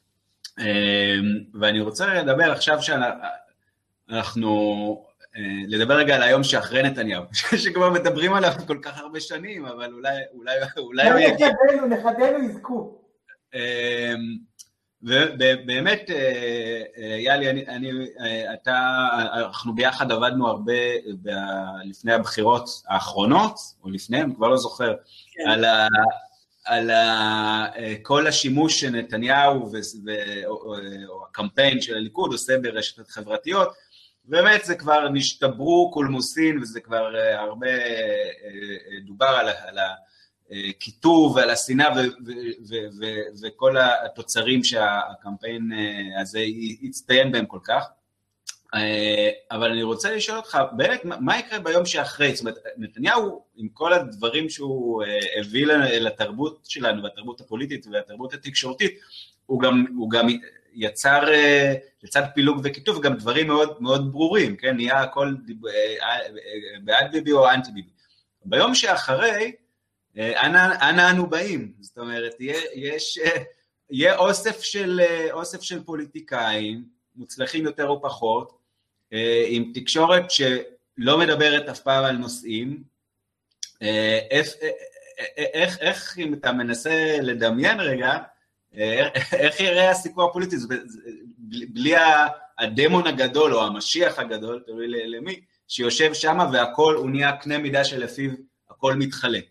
ואני רוצה לדבר עכשיו שאנחנו, לדבר רגע על היום שאחרי נתניהו, שכבר מדברים עליו כל כך הרבה שנים, אבל אולי הוא יגיד. נכדינו יזכו. ובאמת, יאלי, אנחנו ביחד עבדנו הרבה לפני הבחירות האחרונות, או לפני, אני כבר לא זוכר, על כל השימוש שנתניהו או הקמפיין של הליכוד עושה ברשתות חברתיות, באמת זה כבר נשתברו קולמוסין, וזה כבר הרבה דובר על הכיתוב ועל השנאה וכל התוצרים שהקמפיין הזה יצטיין בהם כל כך. אבל אני רוצה לשאול אותך, באמת, מה יקרה ביום שאחרי? זאת אומרת, נתניהו, עם כל הדברים שהוא הביא לתרבות שלנו, והתרבות הפוליטית והתרבות התקשורתית, הוא גם יצר לצד פילוג וכיתוב גם דברים מאוד מאוד ברורים, כן? נהיה הכל בעד ביבי או אנטי ביבי. ביום שאחרי, אנה אנו באים, זאת אומרת, יהיה אוסף של פוליטיקאים, מוצלחים יותר או פחות, עם תקשורת שלא מדברת אף פעם על נושאים, איך אם אתה מנסה לדמיין רגע, איך יראה הסיפור הפוליטי, בלי הדמון הגדול או המשיח הגדול, תלוי למי, שיושב שם והכל הוא נהיה קנה מידה שלפיו הכל מתחלק.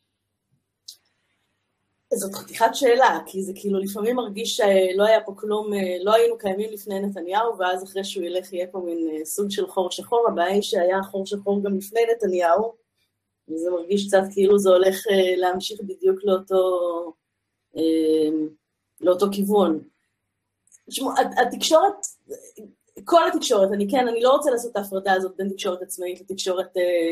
זאת חתיכת שאלה, כי זה כאילו לפעמים מרגיש שלא היה פה כלום, לא היינו קיימים לפני נתניהו, ואז אחרי שהוא ילך יהיה פה מין סוג של חור שחור, הבעיה היא שהיה חור שחור גם לפני נתניהו, וזה מרגיש קצת כאילו זה הולך להמשיך בדיוק לאותו כיוון. תשמעו, התקשורת, כל התקשורת, אני לא רוצה לעשות את ההפרדה הזאת בין תקשורת עצמאית לתקשורת,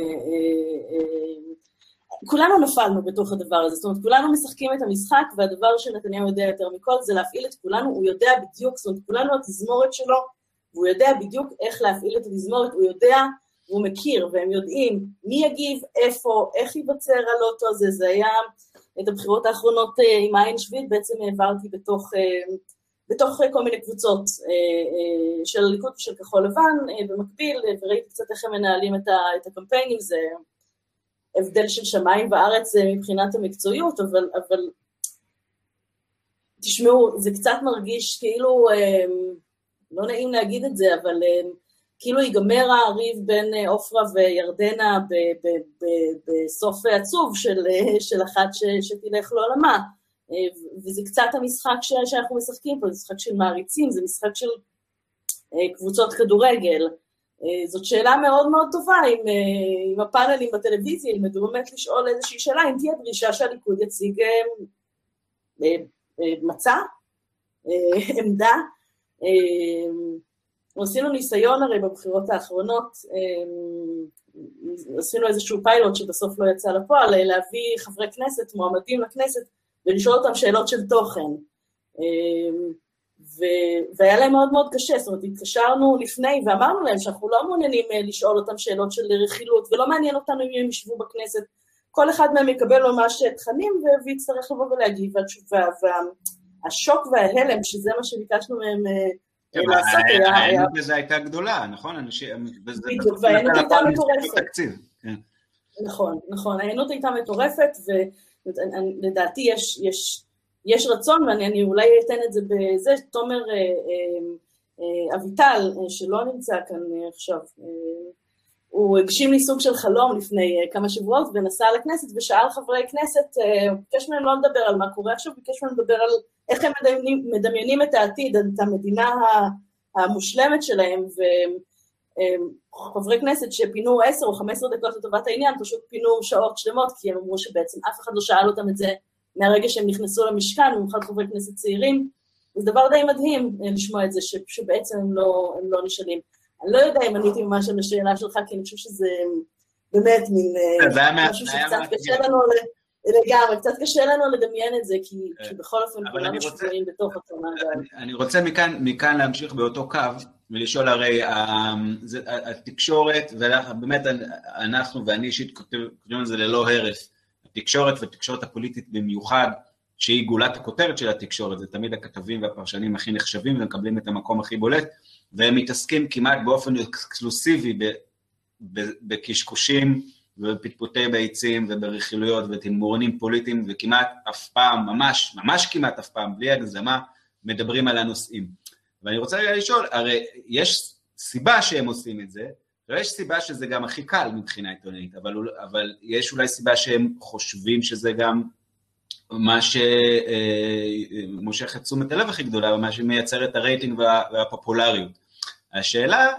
כולנו נפלנו בתוך הדבר הזה, זאת אומרת, כולנו משחקים את המשחק, והדבר שנתניהו יודע יותר מכל זה להפעיל את כולנו, הוא יודע בדיוק, זאת אומרת, כולנו התזמורת שלו, והוא יודע בדיוק איך להפעיל את התזמורת, הוא יודע, הוא מכיר, והם יודעים מי יגיב, איפה, איך ייבצר על אותו, זה היה את הבחירות האחרונות עם העין שביעית, בעצם העברתי בתוך כל מיני קבוצות של הליכוד ושל כחול לבן, במקביל, וראיתי קצת איך הם מנהלים את הקמפיינים, זה הבדל של שמיים וארץ מבחינת המקצועיות, אבל תשמעו, זה קצת מרגיש כאילו, לא נעים להגיד את זה, אבל כאילו ייגמר הריב בין אופרה וירדנה בסוף עצוב של אחת שתלך לעולמה, וזה קצת המשחק שאנחנו משחקים פה, זה משחק של מעריצים, זה משחק של קבוצות כדורגל, זאת שאלה מאוד מאוד טובה, עם הפאנלים בטלוויזיה, ילמדו באמת לשאול איזושהי שאלה, אם תהיה דרישה שהליכוד יציג מצע, עמדה, עשינו ניסיון הרי בבחירות האחרונות, עשינו איזשהו פיילוט שבסוף לא יצא לפועל, להביא חברי כנסת, מועמדים לכנסת, ולשאול אותם שאלות של תוכן. והיה להם מאוד מאוד קשה, זאת אומרת, התקשרנו לפני ואמרנו להם שאנחנו לא מעוניינים לשאול אותם שאלות של רכילות, ולא מעניין אותנו אם הם ישבו בכנסת, כל אחד מהם יקבל ממש תכנים ויצטרך לבוא ולהגיב, והשוק וההלם, שזה מה שביקשנו מהם לעשות, העיינות בזה הייתה גדולה, נכון? בדיוק, והעיינות הייתה מטורפת. נכון, העיינות הייתה מטורפת, ולדעתי יש רצון, ואני אולי אתן את זה בזה, תומר אביטל, שלא נמצא כאן עכשיו, הוא הגשים לי סוג של חלום לפני כמה שבועות, ונסע לכנסת ושאל חברי כנסת, ביקש מהם לא לדבר על מה קורה עכשיו, ביקש מהם לדבר על איך הם מדמיינים את העתיד, את המדינה המושלמת שלהם, וחברי כנסת שפינו 10 או 15 דקות לטובת העניין, פשוט פינו שעות שלמות, כי הם אמרו שבעצם אף אחד לא שאל אותם את זה מהרגע שהם נכנסו למשכן, במיוחד חברי כנסת צעירים, זה דבר די מדהים לשמוע את זה, שבעצם הם לא נשאלים. אני לא יודע אם עניתי ממש על השאלה שלך, כי אני חושב שזה באמת מין משהו שקצת קשה לנו לגמרי, קצת קשה לנו לדמיין את זה, כי בכל אופן כולם משפעים בתוך אותו מעגל. אני רוצה מכאן להמשיך באותו קו, ולשאול הרי התקשורת, ובאמת אנחנו ואני אישית כותבים את זה ללא הרף, התקשורת והתקשורת הפוליטית במיוחד, שהיא גולת הכותרת של התקשורת, זה תמיד הכתבים והפרשנים הכי נחשבים, ומקבלים את המקום הכי בולט, והם מתעסקים כמעט באופן אקסקלוסיבי בקשקושים ובפטפוטי ביצים וברכילויות ותמרונים פוליטיים, וכמעט אף פעם, ממש כמעט אף פעם, בלי הגזמה, מדברים על הנושאים. ואני רוצה רגע לשאול, הרי יש סיבה שהם עושים את זה, ויש סיבה שזה גם הכי קל מבחינה עיתונאית, אבל יש אולי סיבה שהם חושבים שזה גם מה שמושך את תשומת הלב הכי גדולה, ומה שמייצר את הרייטינג והפופולריות. השאלה,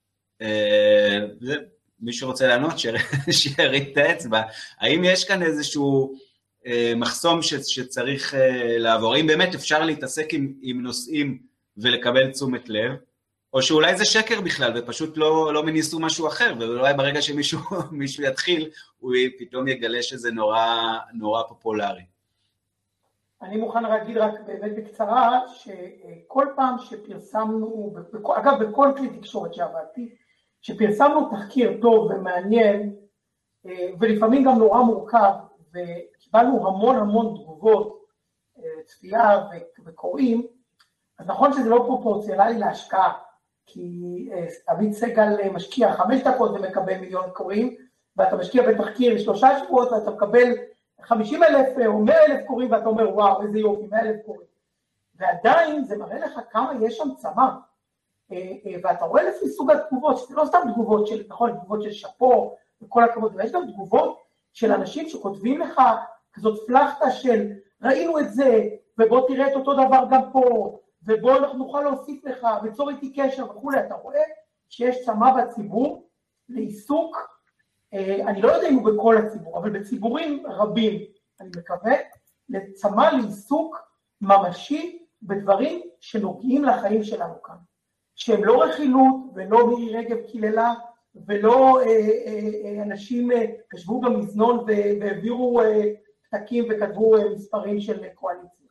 מי שרוצה לענות, שירים את האצבע, האם יש כאן איזשהו מחסום שצריך לעבור? האם באמת אפשר להתעסק עם נושאים ולקבל תשומת לב, או שאולי זה שקר בכלל, ופשוט לא מניסו משהו אחר, ואולי ברגע שמישהו יתחיל, הוא פתאום יגלה שזה נורא פופולרי. אני מוכן להגיד רק באמת בקצרה, שכל פעם שפרסמנו, אגב בכל כלי תקשורת שעבדתי, שפרסמנו תחקיר טוב ומעניין, ולפעמים גם נורא מורכב, וקיבלנו המון תגובות, צפייה וקוראים, אז נכון שזה לא פרופורציונלי להשקעה, כי עמית סגל משקיע 5 דקות ומקבל 1,000,000 קוראים, ואתה משקיע בתחקיר 3 שבועות ואתה מקבל 50,000 או 100,000 קוראים, ואתה אומר וואו איזה יופי, 100,000 קוראים. ועדיין זה מראה לך כמה יש שם צמא, ואתה רואה לפי סוג התגובות, שזה לא סתם תגובות של, נכון, תגובות של שפו וכל הכבוד, ויש גם תגובות של אנשים שכותבים לך כזאת פלחתה של ראינו את זה, ובוא תראה את אותו דבר גם פה, ובוא אנחנו נוכל להוסיף לך, וצור איתי קשר וכו'. אתה רואה שיש צמא בציבור לעיסוק, אני לא יודע אם הוא בכל הציבור, אבל בציבורים רבים, אני מקווה, לצמא לעיסוק ממשי בדברים שנוגעים לחיים שלנו כאן. שהם לא רכילות ולא מירי רגב קיללה, ולא אנשים ישבו במזנון והעבירו פתקים וכתבו מספרים של קואליציה.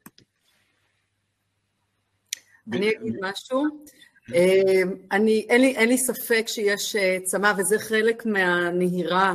אני אגיד משהו, אין לי ספק שיש צמא, וזה חלק מהנהירה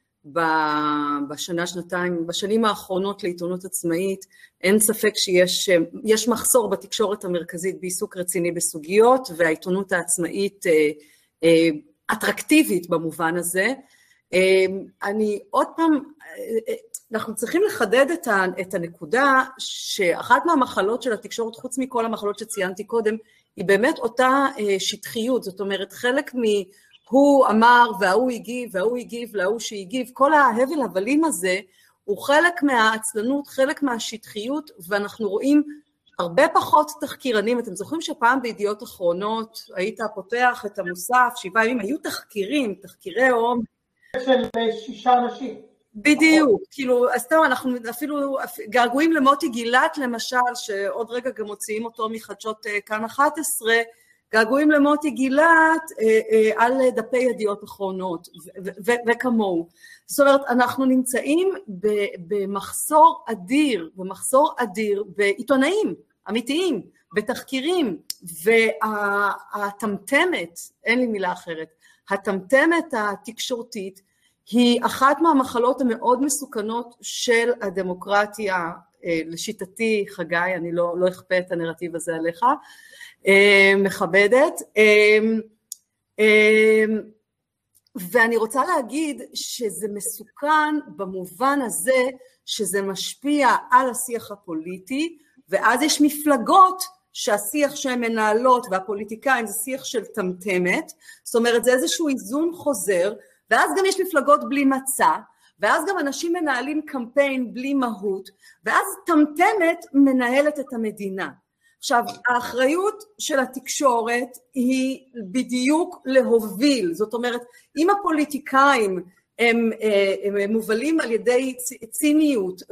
בשנים האחרונות לעיתונות עצמאית. אין ספק שיש מחסור בתקשורת המרכזית בעיסוק רציני בסוגיות, והעיתונות העצמאית אטרקטיבית במובן הזה. אני עוד פעם, אנחנו צריכים לחדד את הנקודה שאחת מהמחלות של התקשורת, חוץ מכל המחלות שציינתי קודם, היא באמת אותה שטחיות. זאת אומרת, חלק הוא אמר והוא הגיב להוא שהגיב, כל ההבל הבלים הזה הוא חלק מהעצלנות, חלק מהשטחיות, ואנחנו רואים הרבה פחות תחקירנים. אתם זוכרים שפעם בידיעות אחרונות היית פותח את המוסף 7 ימים, היו תחקירי עומק של 6 אנשים. בדיוק, כאילו, אז טוב, אנחנו אפילו געגועים למוטי גילת למשל, שעוד רגע גם מוציאים אותו מחדשות כאן 11, געגועים למוטי גילת על דפי ידיעות אחרונות וכמוהו. זאת אומרת, אנחנו נמצאים במחסור אדיר בעיתונאים אמיתיים, בתחקירים, והטמטמת, אין לי מילה אחרת, הטמטמת התקשורתית היא אחת מהמחלות המאוד מסוכנות של הדמוקרטיה, לשיטתי, חגי, אני לא אכפה את הנרטיב הזה עליך, מכבדת, ואני רוצה להגיד שזה מסוכן במובן הזה שזה משפיע על השיח הפוליטי, ואז יש מפלגות שהשיח שהן מנהלות והפוליטיקאים זה שיח של טמטמת, זאת אומרת זה איזשהו איזון חוזר, ואז גם יש מפלגות בלי מצע, ואז גם אנשים מנהלים קמפיין בלי מהות, ואז טמטמת מנהלת את המדינה. עכשיו, האחריות של התקשורת היא בדיוק להוביל, זאת אומרת, אם הפוליטיקאים הם מובלים על ידי ציניות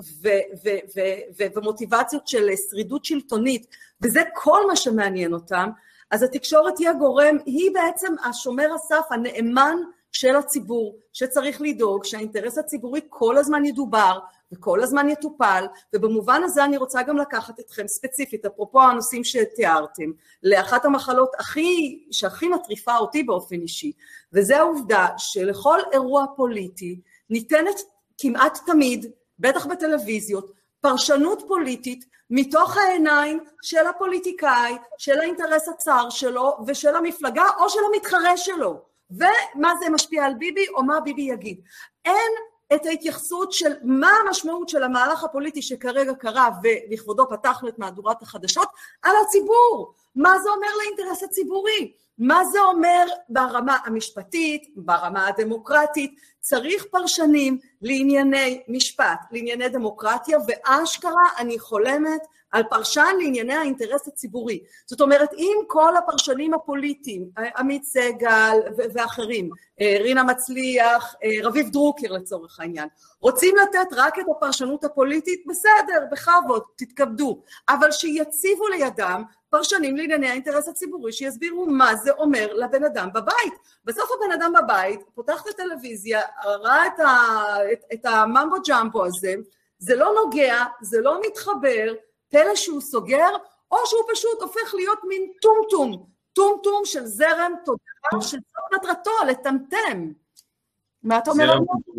ומוטיבציות של שרידות שלטונית, וזה כל מה שמעניין אותם, אז התקשורת היא הגורם, היא בעצם השומר הסף הנאמן של הציבור, שצריך לדאוג שהאינטרס הציבורי כל הזמן ידובר, וכל הזמן יטופל, ובמובן הזה אני רוצה גם לקחת אתכם ספציפית, אפרופו הנושאים שתיארתם, לאחת המחלות שהכי מטריפה אותי באופן אישי, וזה העובדה שלכל אירוע פוליטי ניתנת כמעט תמיד, בטח בטלוויזיות, פרשנות פוליטית מתוך העיניים של הפוליטיקאי, של האינטרס הצר שלו, ושל המפלגה או של המתחרה שלו, ומה זה משפיע על ביבי או מה ביבי יגיד. אין את ההתייחסות של מה המשמעות של המהלך הפוליטי שכרגע קרה, ולכבודו פתחנו את מהדורת החדשות, על הציבור. מה זה אומר לאינטרס הציבורי? מה זה אומר ברמה המשפטית, ברמה הדמוקרטית? צריך פרשנים לענייני משפט, לענייני דמוקרטיה, ואשכרה אני חולמת על פרשן לענייני האינטרס הציבורי. זאת אומרת, אם כל הפרשנים הפוליטיים, עמית סגל ואחרים, רינה מצליח, רביב דרוקר לצורך העניין, רוצים לתת רק את הפרשנות הפוליטית, בסדר, בכבוד, תתכבדו, אבל שיציבו לידם פרשנים לענייני האינטרס הציבורי, שיסבירו מה זה אומר לבן אדם בבית. בסוף הבן אדם בבית, פותח את הטלוויזיה, ראה את הממבו ג'מבו הזה, זה לא נוגע, זה לא מתחבר, פלא שהוא סוגר, או שהוא פשוט הופך להיות מין טומטום של זרם תודעה, של מטרתו, לטמטם. מה אתה אומר?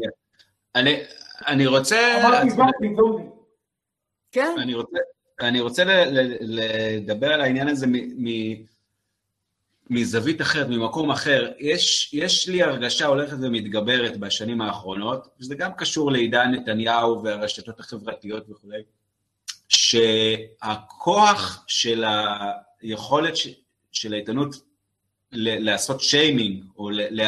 אני רוצה... כן? אני רוצה לדבר על העניין הזה מזווית אחרת, ממקום אחר. יש לי הרגשה הולכת ומתגברת בשנים האחרונות, וזה גם קשור לעידן נתניהו והרשתות החברתיות וכו', שהכוח של היכולת של העיתונות לעשות שיימינג, או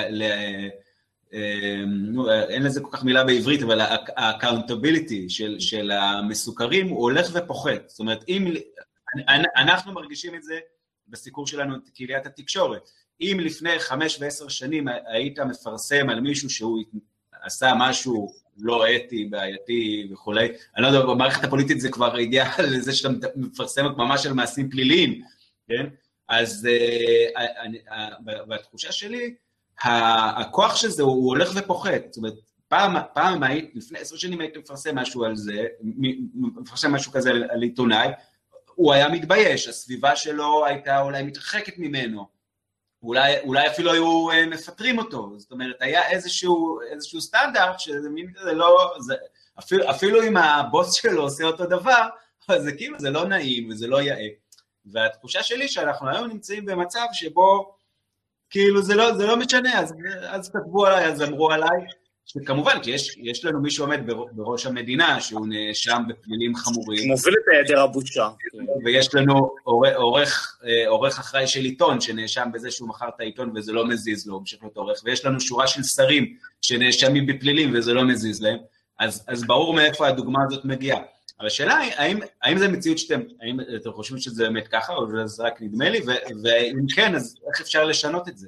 אין לזה כל כך מילה בעברית, אבל ה-accountability של המסוכרים הוא הולך ופוחת. זאת אומרת, אנחנו מרגישים את זה בסיקור שלנו את קהיליית התקשורת. אם לפני 5 ו10 שנים היית מפרסם על מישהו שהוא עשה משהו לא אתי, בעייתי וכו', אני לא יודע, במערכת הפוליטית זה כבר הגיע לזה שאתה מפרסם ממש על מעשים פליליים, כן? אז בתחושה שלי, הכוח של זה הוא הולך ופוחת. זאת אומרת, פעם היית, לפני 10 שנים היית מפרסם משהו על זה, מפרסם משהו כזה על עיתונאי, הוא היה מתבייש, הסביבה שלו הייתה אולי מתרחקת ממנו, אולי אפילו היו מפטרים אותו. זאת אומרת, היה איזשהו סטנדרט, שזה מין כזה לא, אפילו אם הבוס שלו עושה אותו דבר, אז זה כאילו, זה לא נעים וזה לא יאה. והתחושה שלי שאנחנו היום נמצאים במצב שבו, כאילו זה לא משנה, אז כתבו עליי, אז אמרו עליי, שכמובן, כי יש לנו מי שעומד בראש המדינה, שהוא נאשם בפלילים חמורים. מוביל את היעדר הבושה. ויש לנו עורך אחראי של עיתון, שנאשם בזה שהוא מכר את העיתון, וזה לא מזיז לו, המשך להיות עורך, ויש לנו שורה של שרים, שנאשמים בפלילים, וזה לא מזיז להם, אז ברור מאיפה הדוגמה הזאת מגיעה. אבל השאלה היא, האם זה מציאות האם אתם חושבים שזה באמת ככה, או זה רק נדמה לי, ואם כן, אז איך אפשר לשנות את זה?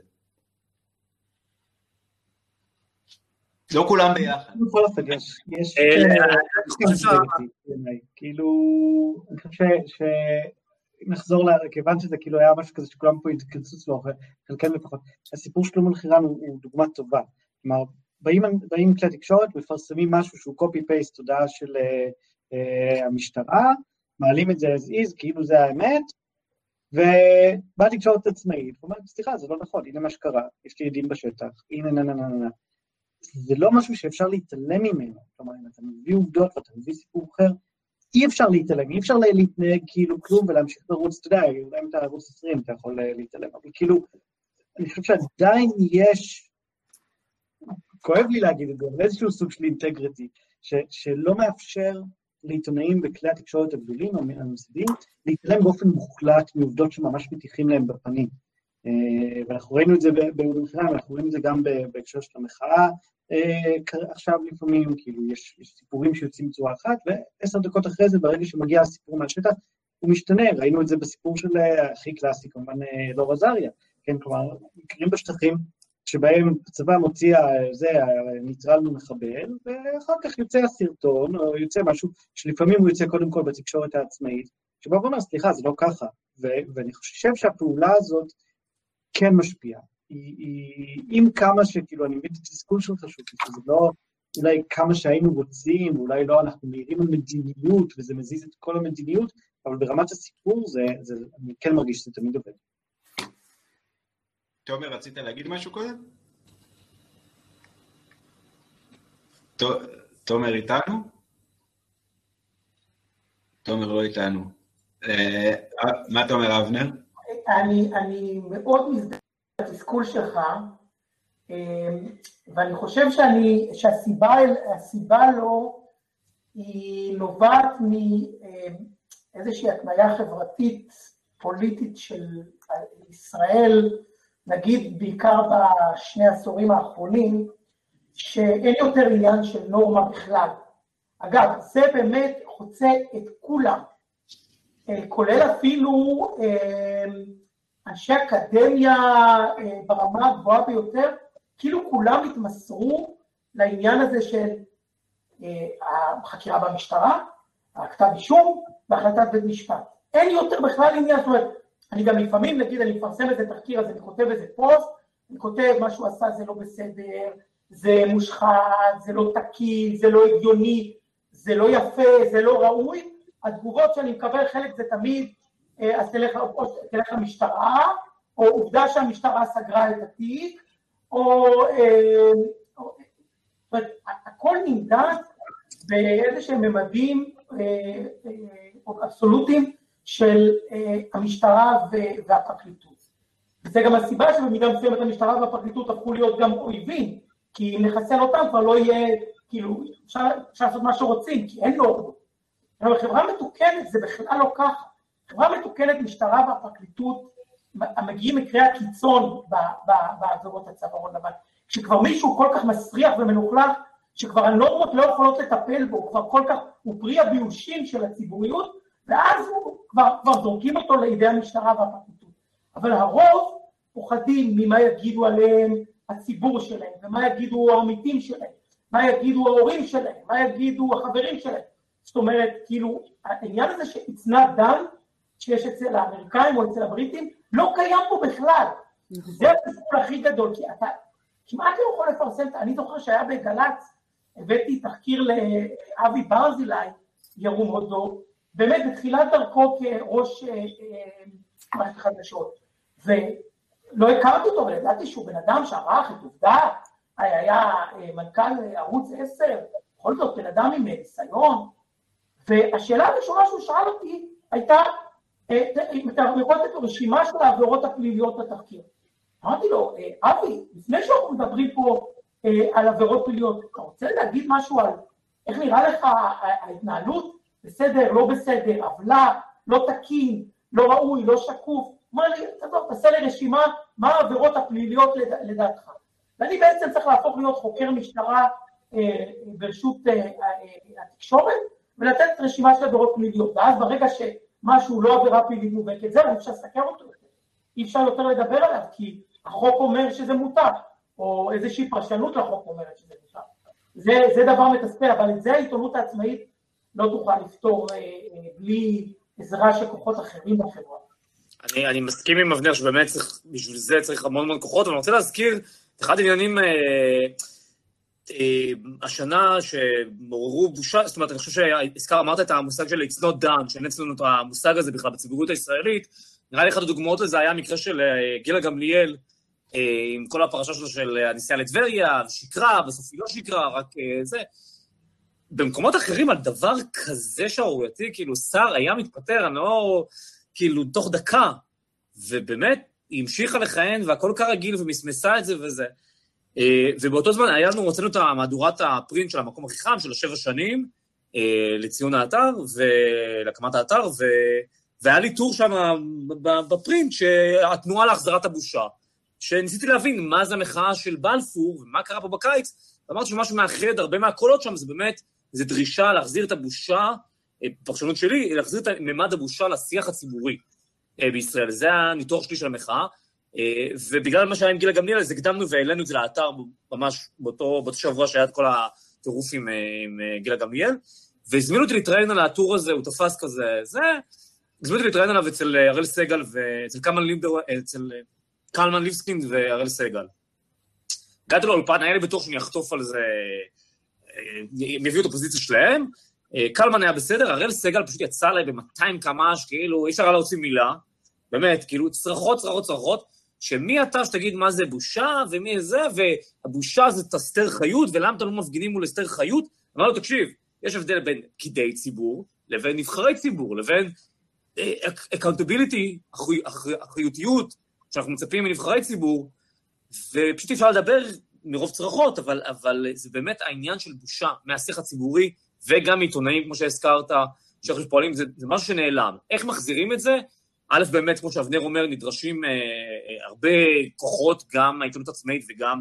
לא כולם ביחד. בכל אופן, כאילו, אני חושב נחזור כיוון שזה כאילו היה משהו כזה שכולם פה התכנסו סביבו, חלקן לפחות. הסיפור של אום אל-חיראן הוא דוגמה טובה. כלומר, באים כלי תקשורת, מפרסמים משהו שהוא copy-paste תודעה של המשטרה, מעלים את זה as is, כאילו זה האמת, ובאה תקשורת עצמאית, ואומרת, סליחה, זה לא נכון, הנה מה שקרה, יש לי עדים בשטח, הנה ננננננ. זה לא משהו שאפשר להתעלם ממנו, כלומר, אם אתה מביא עובדות ואתה מביא סיפור אחר, אי אפשר להתעלם, אי אפשר להתנהג כאילו כלום ולהמשיך לרוץ, אתה יודע, אולי אם אתה ערוץ 20 אתה יכול להתעלם, אבל כאילו, אני חושב שעדיין יש, כואב לי להגיד את זה, אבל איזשהו סוג של אינטגריטי, שלא מאפשר לעיתונאים בכלי התקשורת הגדולים, הממסדיים, להתעלם באופן מוחלט מעובדות שממש מתיחים להם בפנים. ואנחנו ראינו את זה באום אל-חיראן, אנחנו רואים את זה גם בהקשר של המחאה, עכשיו לפעמים, כאילו, יש סיפורים שיוצאים בצורה אחת, ו10 דקות אחרי זה, ברגע שמגיע הסיפור מהשטח, הוא משתנה, ראינו את זה בסיפור של הכי קלאסי, כמובן אלאור עזריה, כן, כלומר, מקרים בשטחים, שבהם הצבא מוציא זה, ניטרלנו מחבל, ואחר כך יוצא הסרטון, או יוצא משהו, שלפעמים הוא יוצא קודם כל בתקשורת העצמאית, שבא ואומר, סליחה, זה לא ככה, ואני חושב שהפעולה הזאת כן משפיעה. עם כמה שכאילו, אני מבין את התסכול שלך שוב, שזה לא אולי כמה שהיינו רוצים, אולי לא, אנחנו מהירים על מדיניות, וזה מזיז את כל המדיניות, אבל ברמת הסיפור, אני כן מרגיש שזה תמיד עובד. תומר, רצית להגיד משהו קודם? תומר איתנו? תומר לא איתנו. מה אתה אומר, אבנר? אני מאוד מזדהה בתסכול שלך, ואני חושב שהסיבה לו היא נובעת מאיזושהי התניה חברתית, פוליטית של ישראל, נגיד בעיקר בשני העשורים האחרונים, שאין יותר עניין של נורמה בכלל. אגב, זה באמת חוצה את כולם, כולל אפילו אנשי אקדמיה ברמה הגבוהה ביותר, כאילו כולם התמסרו לעניין הזה של החקירה במשטרה, הכתב אישום והחלטת בית משפט. אין יותר בכלל עניין, זאת אומרת, אני גם לפעמים, נגיד, אני מפרסם איזה תחקיר, אז אני כותב איזה פוסט, אני כותב מה שהוא עשה, זה לא בסדר, זה מושחת, זה לא תקין, זה לא הגיוני, זה לא יפה, זה לא ראוי. התגובות שאני מקבל חלק זה תמיד, אז תלך למשטרה, או עובדה שהמשטרה סגרה את התיק, או הכל נמדד באיזשהם ממדים אבסולוטיים של המשטרה והפרקליטות. וזה גם הסיבה שבמידה מסוימת המשטרה והפרקליטות הפכו להיות גם אויבים, כי אם נחסל אותם כבר לא יהיה, כאילו, אפשר לעשות מה שרוצים, כי אין לו. אבל חברה מתוקנת זה בכלל לא ככה. חברה מתוקנת, משטרה והפרקליטות, המגיעים מקרי הקיצון בעבירות הצווארון לבן. כשכבר מישהו כל כך מסריח ומנוכלך, שכבר הנורמות לא יכולות לטפל בו, כבר כל כך, הוא פרי הביושים של הציבוריות, ואז כבר זורקים אותו לידי המשטרה והפרקליטות. אבל הרוב פוחדים ממה יגידו עליהם הציבור שלהם, ומה יגידו העמיתים שלהם, מה יגידו ההורים שלהם, מה יגידו החברים שלהם. זאת אומרת, כאילו, העניין הזה שהצנע דם, שיש אצל האמריקאים או אצל הבריטים, לא קיים פה בכלל. זה הסיפור הכי גדול, כי אתה כמעט לא יכול לפרסם, אני זוכר שהיה בגל"צ, הבאתי תחקיר לאבי ברזילי, ירום הודו, באמת בתחילת דרכו כראש מערכת חדשות, ולא הכרתי אותו, אבל ידעתי שהוא בן אדם שערך את עובדה, היה מנכ"ל ערוץ 10, בכל זאת בן אדם עם ניסיון, והשאלה הראשונה שהוא שאל אותי הייתה, אם אתה לראות את הרשימה של העבירות הפליליות בתחקיר. אמרתי לו, אבי, לפני שאנחנו מדברים פה על עבירות פליליות, אתה רוצה להגיד משהו על איך נראה לך ההתנהלות? בסדר, לא בסדר, עוולה, לא תקין, לא ראוי, לא שקוף. אמר לי, תעשה לי רשימה, מה העבירות הפליליות לדעתך? ואני בעצם צריך להפוך להיות חוקר משטרה ברשות התקשורת, ולתת רשימה של עבירות פליליות. ואז ברגע שמשהו לא עבירה פלילית מובהקת, זהו, אי אפשר לסקר אותו. אי אפשר יותר לדבר עליו, כי החוק אומר שזה מותר, או איזושהי פרשנות לחוק אומרת שזה מותר. זה דבר מתסכל, אבל את זה העיתונות העצמאית לא תוכל לפתור בלי עזרה של כוחות אחרים בחברה. אני מסכים עם אבנר שבאמת בשביל זה צריך המון המון כוחות, אבל אני רוצה להזכיר אחד העניינים השנה שמעוררו בושה, זאת אומרת, אני חושב אמרת את המושג של It's not done, שאין אצלנו את המושג הזה בכלל בציבוריות הישראלית, נראה לי אחד הדוגמאות לזה היה המקרה של גילה גמליאל, עם כל הפרשה שלו של הנסיעה לטבריה, ושקרה, בסוף היא לא שקרה, רק זה. במקומות אחרים על דבר כזה שערורייתי, כאילו שר היה מתפטר, אני לא, כאילו תוך דקה, ובאמת היא המשיכה לכהן והכל כרגיל ומסמסה את זה וזה. ובאותו זמן היה לנו, הוצאנו את מהדורת הפרינט של המקום הכי חם, של 7 שנים, לציון האתר ולהקמת האתר, והיה לי טור שם בפרינט שהתנועה להחזרת הבושה, שניסיתי להבין מה זה המחאה של בלפור ומה קרה פה בקיץ, ואמרתי שמשהו מאחד הרבה מהקולות שם, זה באמת, זה דרישה להחזיר את הבושה, פרשנות שלי, להחזיר את ממד הבושה לשיח הציבורי בישראל, זה הניתוח שלי של המחאה, ובגלל מה שהיה עם גילה גמליאל, אז הקדמנו והעלינו את זה לאתר ממש באותו שבוע שהיה את כל הטירוף עם גילה גמליאל, והזמינו אותי להתראיין על הטור הזה, הוא תפס כזה, הזמינו אותי להתראיין עליו אצל הראל סגל ואצל קלמן ליבסקינד והראל סגל. הגעתי לו לאולפן, היה לי בטוח שאני אחטוף על זה, הם הביאו את הפוזיציה שלהם, קלמן היה בסדר, הראל סגל פשוט יצא עליי ב-200 קמ"ש, כאילו, אי אפשר להוציא מילה, באמת, כאילו, צרחות, שמי אתה שתגיד מה זה בושה, ומי זה, והבושה זה אסתר חיות, ולמה אתם לא מפגינים מול אסתר חיות? אמר לו, תקשיב, יש הבדל בין פקידי ציבור, לבין נבחרי ציבור, לבין accountability, אחריותיות, שאנחנו מצפים מנבחרי ציבור, ופשוט אפשר לדבר מרוב צרחות, אבל זה באמת העניין של בושה מהשיח הציבורי, וגם עיתונאים, כמו שהזכרת, שאנחנו פועלים, זה משהו שנעלם. איך מחזירים את זה? א', באמת, כמו שאבנר אומר, נדרשים הרבה כוחות, גם העיתונות עצמאית וגם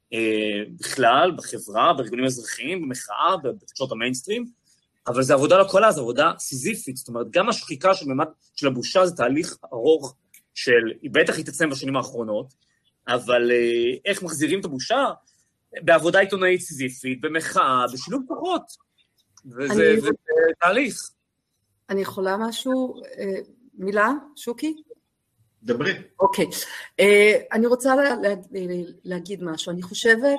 בכלל, בחברה, בארגונים אזרחיים, במחאה, בתקשורת המיינסטרים, אבל זה עבודה לא קלה, זה עבודה סיזיפית, זאת אומרת, גם השחיקה של ממד של הבושה זה תהליך ארוך היא בטח התעצם בשנים האחרונות, אבל איך מחזירים את הבושה? בעבודה עיתונאית סיזיפית, במחאה, בשילוב כוחות, וזה תהליך. אני יכולה משהו, מילה, שוקי? דברי. אוקיי, אני רוצה להגיד משהו, אני חושבת,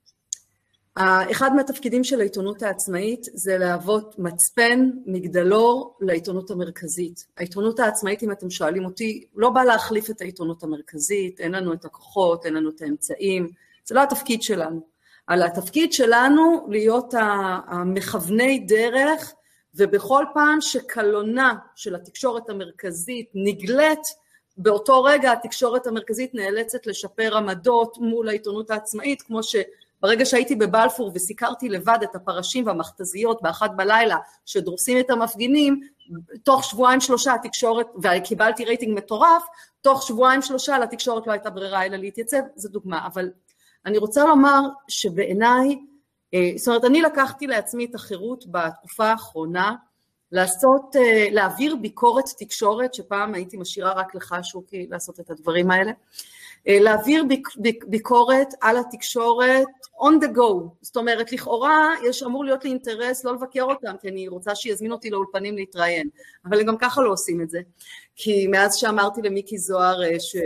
אחד מהתפקידים של העיתונות העצמאית זה להוות מצפן, מגדלור לעיתונות המרכזית. העיתונות העצמאית, אם אתם שואלים אותי, לא בא להחליף את העיתונות המרכזית, אין לנו את הכוחות, אין לנו את האמצעים, זה לא התפקיד שלנו. על התפקיד שלנו להיות המכווני דרך, ובכל פעם שקלונה של התקשורת המרכזית נגלית, באותו רגע התקשורת המרכזית נאלצת לשפר עמדות מול העיתונות העצמאית, כמו שברגע שהייתי בבלפור וסיקרתי לבד את הפרשים והמכתזיות באחת בלילה שדורסים את המפגינים, תוך 2-3 התקשורת, וקיבלתי רייטינג מטורף, תוך 2-3 לתקשורת לא הייתה ברירה אלא להתייצב, זו דוגמה, אבל אני רוצה לומר שבעיניי, זאת אומרת, אני לקחתי לעצמי את החירות בתקופה האחרונה, להעביר ביקורת תקשורת, שפעם הייתי משאירה רק לך שוקי לעשות את הדברים האלה, להעביר ביקורת על התקשורת on the go, זאת אומרת, לכאורה אמור להיות לי אינטרס לא לבקר אותם, כי אני רוצה שיזמין אותי לאולפנים להתראיין, אבל גם ככה לא עושים את זה, כי מאז שאמרתי למיקי זוהר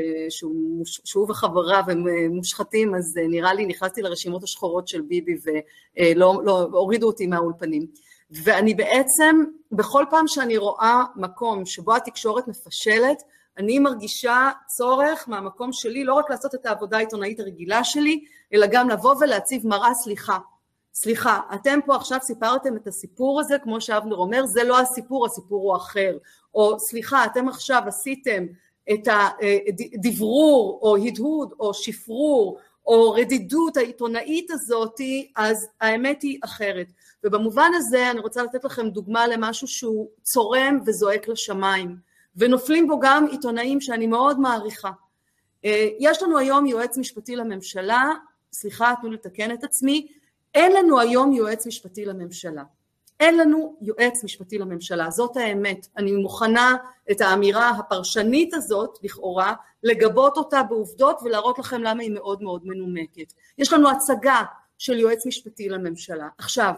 שהוא וחבריו הם מושחתים, אז נראה לי נכנסתי לרשימות השחורות של ביבי ולא הורידו אותי מהאולפנים, ואני בעצם בכל פעם שאני רואה מקום שבו התקשורת מפשלת, אני מרגישה צורך מהמקום שלי, לא רק לעשות את העבודה העיתונאית הרגילה שלי, אלא גם לבוא ולהציב מראה, סליחה, אתם פה עכשיו סיפרתם את הסיפור הזה, כמו שאבנר אומר, זה לא הסיפור, הסיפור הוא אחר, או סליחה, אתם עכשיו עשיתם את הדברור, או הדהוד, או שפרור, או רדידות העיתונאית הזאת, אז האמת היא אחרת. ובמובן הזה אני רוצה לתת לכם דוגמה למשהו שהוא צורם וזועק לשמיים, ונופלים בו גם עיתונאים שאני מאוד מעריכה. יש לנו היום יועץ משפטי לממשלה, סליחה, תנו לתקן את עצמי, אין לנו היום יועץ משפטי לממשלה. אין לנו יועץ משפטי לממשלה, זאת האמת. אני מוכנה את האמירה הפרשנית הזאת, לכאורה, לגבות אותה בעובדות ולהראות לכם למה היא מאוד מאוד מנומקת. יש לנו הצגה של יועץ משפטי לממשלה. עכשיו,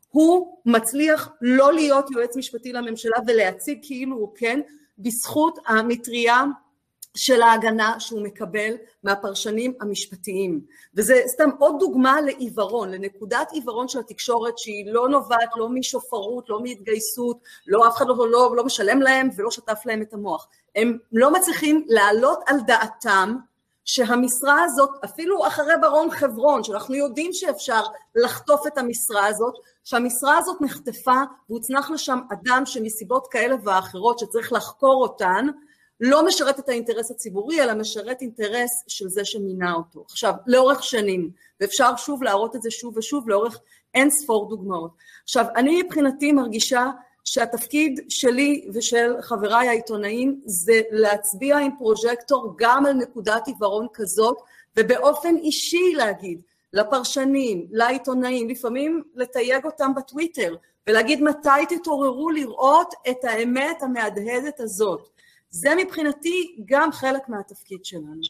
הוא מצליח לא להיות יועץ משפטי לממשלה ולהציג כאילו הוא כן, בזכות המטריה של ההגנה שהוא מקבל מהפרשנים המשפטים. וזה סתם עוד דוגמה לעיוורון, לנקודת עיוורון של התקשורת שהיא לא נובעת לא משופרות, לא מהתגייסות, לא אף אחד לא משלם להם ולא שטף להם את המוח. הם לא מצליחים לעלות על דעתם שהמשרה הזאת, אפילו אחרי ברון חברון, שאנחנו יודעים שאפשר לחטוף את המשרה הזאת, שהמשרה הזאת נחטפה והוצנח לשם אדם שמסיבות כאלה ואחרות שצריך לחקור אותן, לא משרת את האינטרס הציבורי, אלא משרת אינטרס של זה שמינה אותו. עכשיו, לאורך שנים, ואפשר שוב להראות את זה שוב ושוב, לאורך אין ספור דוגמאות. עכשיו, אני מבחינתי מרגישה שהתפקיד שלי ושל חבריי העיתונאים, זה להצביע עם פרוז'קטור גם על נקודת עיוורון כזאת, ובאופן אישי להגיד לפרשנים, לעיתונאים, לפעמים לתייג אותם בטוויטר, ולהגיד מתי תתעוררו לראות את האמת המהדהדת הזאת. זה מבחינתי גם חלק מהתפקיד שלנו.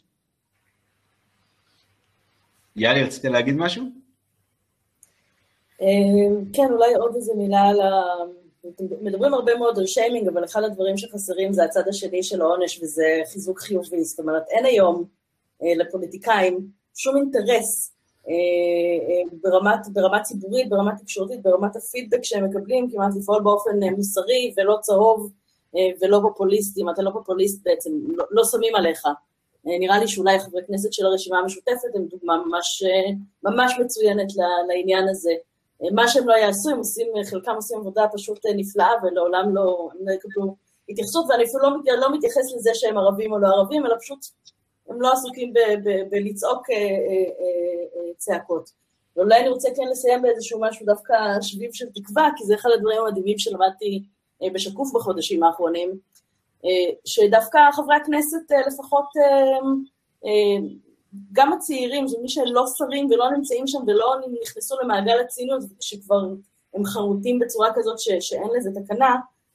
יאלי, רצית להגיד משהו? כן, אולי עוד איזה מילה על מדברים הרבה מאוד על שיימינג, אבל אחד הדברים שחסרים זה הצד השני של העונש, וזה חיזוק חיובי. זאת אומרת, אין היום לפוליטיקאים שום אינטרס ברמה ציבורית, ברמה תקשורתית, ברמת הפידבק שהם מקבלים, כמעט לפעול באופן מוסרי ולא צהוב, ולא פופוליסטי. אם אתה לא פופוליסט בעצם, לא שמים עליך. נראה לי שאולי חברי כנסת של הרשימה המשותפת הם דוגמה ממש מצוינת לעניין הזה. מה שהם לא יעשו, חלקם עושים עבודה פשוט נפלאה, ולעולם לא יקבלו התייחסות, ואני אפילו לא מתייחס לזה שהם ערבים או לא ערבים, אלא פשוט הם לא עסוקים בלצעוק צעקות. ואולי אני רוצה כן לסיים באיזשהו משהו דווקא שביב של תקווה, כי זה אחד הדברים המדהימים שלמדתי בשקוף בחודשים האחרונים, שדווקא חברי הכנסת לפחות, גם הצעירים, זה מי שלא שרים ולא נמצאים שם ולא נכנסו למעגל הציניות, שכבר הם חרוטים בצורה כזאת שאין לזה תקנה,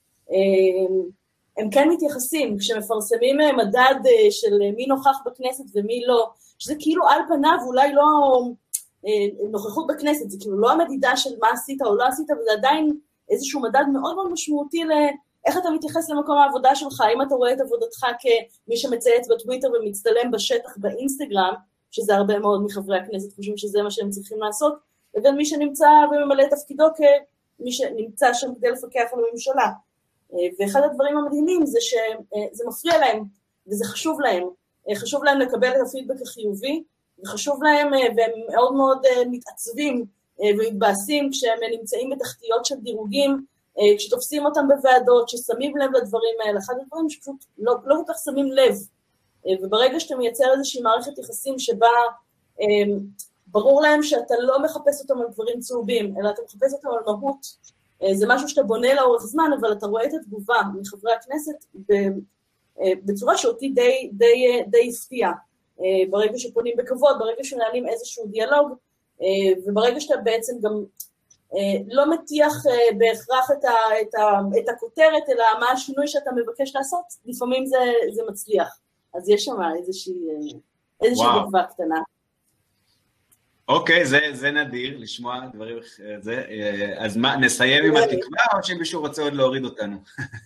הם כן מתייחסים, כשמפרסמים מדד של מי נוכח בכנסת ומי לא, שזה כאילו על פניו אולי לא נוכחות בכנסת, זה כאילו לא המדידה של מה עשית או לא עשית, וזה עדיין איזשהו מדד מאוד מאוד משמעותי איך אתה מתייחס למקום העבודה שלך, אם אתה רואה את עבודתך כמי שמצייץ בטוויטר ומצטלם בשטח באינסטגרם, שזה הרבה מאוד מחברי הכנסת חושבים שזה מה שהם צריכים לעשות, לבין מי שנמצא וממלא תפקידו כמי שנמצא שם כדי לפקח על הממשלה. ואחד הדברים המדהימים זה שזה מפריע להם, וזה חשוב להם. חשוב להם לקבל את הפידבק החיובי, וחשוב להם, והם מאוד מאוד מתעצבים ומתבאסים כשהם נמצאים בתחתיות של דירוגים, כשתופסים אותם בוועדות, ששמים לב לדברים האלה, אחד הדברים שפשוט לא כל כך שמים לב, וברגע שאתה מייצר איזושהי מערכת יחסים שבה ברור להם שאתה לא מחפש אותם על דברים צהובים, אלא אתה מחפש אותם על מהות, זה משהו שאתה בונה לאורך זמן, אבל אתה רואה את התגובה מחברי הכנסת בצורה שאותי די הפתיעה, ברגע שפונים בכבוד, ברגע שנעלים איזשהו דיאלוג, וברגע שאתה בעצם גם לא מטיח בהכרח את הכותרת, אלא מה השינוי שאתה מבקש לעשות, לפעמים זה מצליח. אז יש שם איזושהי תקווה קטנה. אוקיי, זה נדיר, לשמוע דברים, אז מה, נסיים עם התקווה, או שמישהו רוצה עוד להוריד אותנו?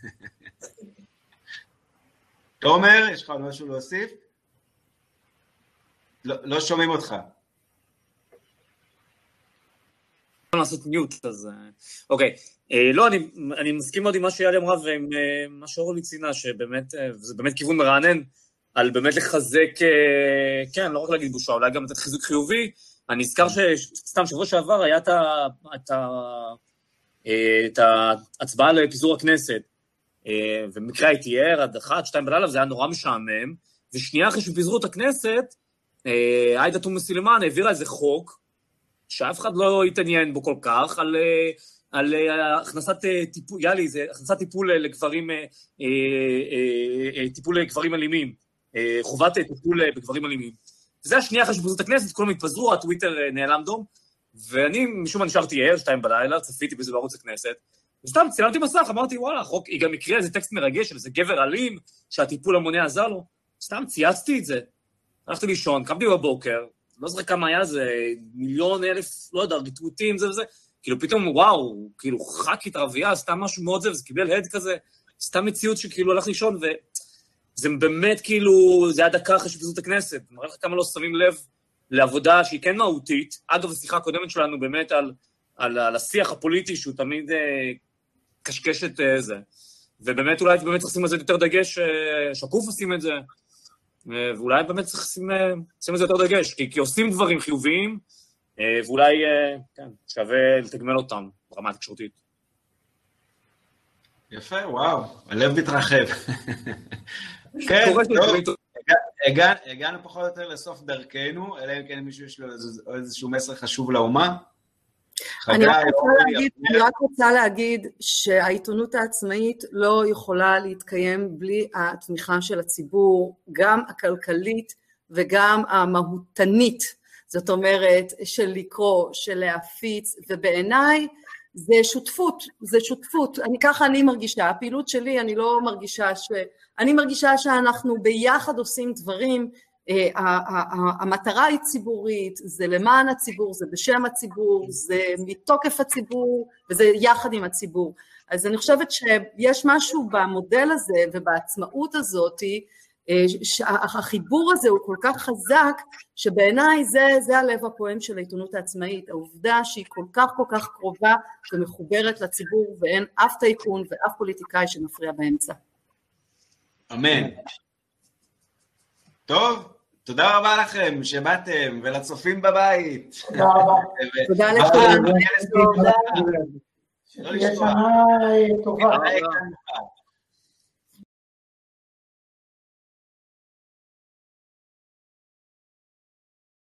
תומר, יש לך עוד משהו להוסיף? לא שומעים אותך. לעשות ניוט, אז אוקיי. לא, אני מסכים מאוד עם מה שיאלי אמרה, ועם מה שאורלי ציינה, שבאמת, זה באמת כיוון מרענן, על באמת לחזק, כן, לא רק להגיד בושה, אולי גם לתת חיזוק חיובי. אני אזכר שסתם שבוע שעבר היה את ההצבעה לפיזור הכנסת, ומקרה הייתי ער עד 1-2 בלילה, וזה היה נורא משעמם, ושנייה אחרי שפיזרו את הכנסת, עאידה תומא סלימאן העבירה איזה חוק, שאף אחד לא התעניין בו כל כך, על הכנסת טיפול, יאלי, זה הכנסת טיפול לגברים אלימים, חובת טיפול בגברים אלימים. וזה השנייה אחרי שפיזרו את הכנסת, כולם התפזרו, הטוויטר נעלם דום, ואני משום מה נשארתי ער, 2 בלילה, צפיתי בזה בערוץ הכנסת, וסתם צילמתי מסך, אמרתי, וואלה, החוק, היא גם מקרה איזה טקסט מרגש, של איזה גבר אלים, שהטיפול המונע עזר לו, סתם צייצתי את זה, הלכתי לישון, קמתי בבוקר, לא זוכר כמה היה זה, 1,000,000, לא יודע, ריטווטים, זה וזה, כאילו פתאום, וואו, כאילו ח"כית ערבייה, סתם משהו מאוד זה קיבל הד כזה, סתם מציאות שכאילו הלך לישון, וזה באמת כאילו, זה היה דקה אחרי שפיזרו את הכנסת, מראה לך כמה לא שמים לב לעבודה שהיא כן מהותית, אגב, השיחה הקודמת שלנו באמת על השיח הפוליטי, שהוא תמיד קשקש את זה, ובאמת אולי באמת צריך לשים על זה יותר דגש, שקוף עושים את זה, ואולי באמת צריך לשים על זה יותר דגש, כי עושים דברים חיוביים, ואולי כן, שווה לתגמל אותם ברמה התקשורתית. יפה, וואו, הלב מתרחב. כן, טוב, הגענו פחות או יותר לסוף דרכנו, אלא אם כן מישהו יש לו איזשהו מסר חשוב לאומה. אני רק רוצה להגיד שהעיתונות העצמאית לא יכולה להתקיים בלי התמיכה של הציבור, גם הכלכלית וגם המהותנית, זאת אומרת של לקרוא, של להפיץ, ובעיניי זה שותפות, ככה אני מרגישה, הפעילות שלי אני לא מרגישה אני מרגישה שאנחנו ביחד עושים דברים, המטרה היא ציבורית, זה למען הציבור, זה בשם הציבור, זה מתוקף הציבור, וזה יחד עם הציבור. אז אני חושבת שיש משהו במודל הזה ובעצמאות הזאת, החיבור הזה הוא כל כך חזק, שבעיניי זה הלב הפועם של העיתונות העצמאית, העובדה שהיא כל כך קרובה ומחוברת לציבור, ואין אף טייקון ואף פוליטיקאי שמפריע באמצע. אמן. טוב, תודה רבה לכם שבאתם, ולצופים בבית. תודה רבה. תודה לכם. שתהיה שנה טובה.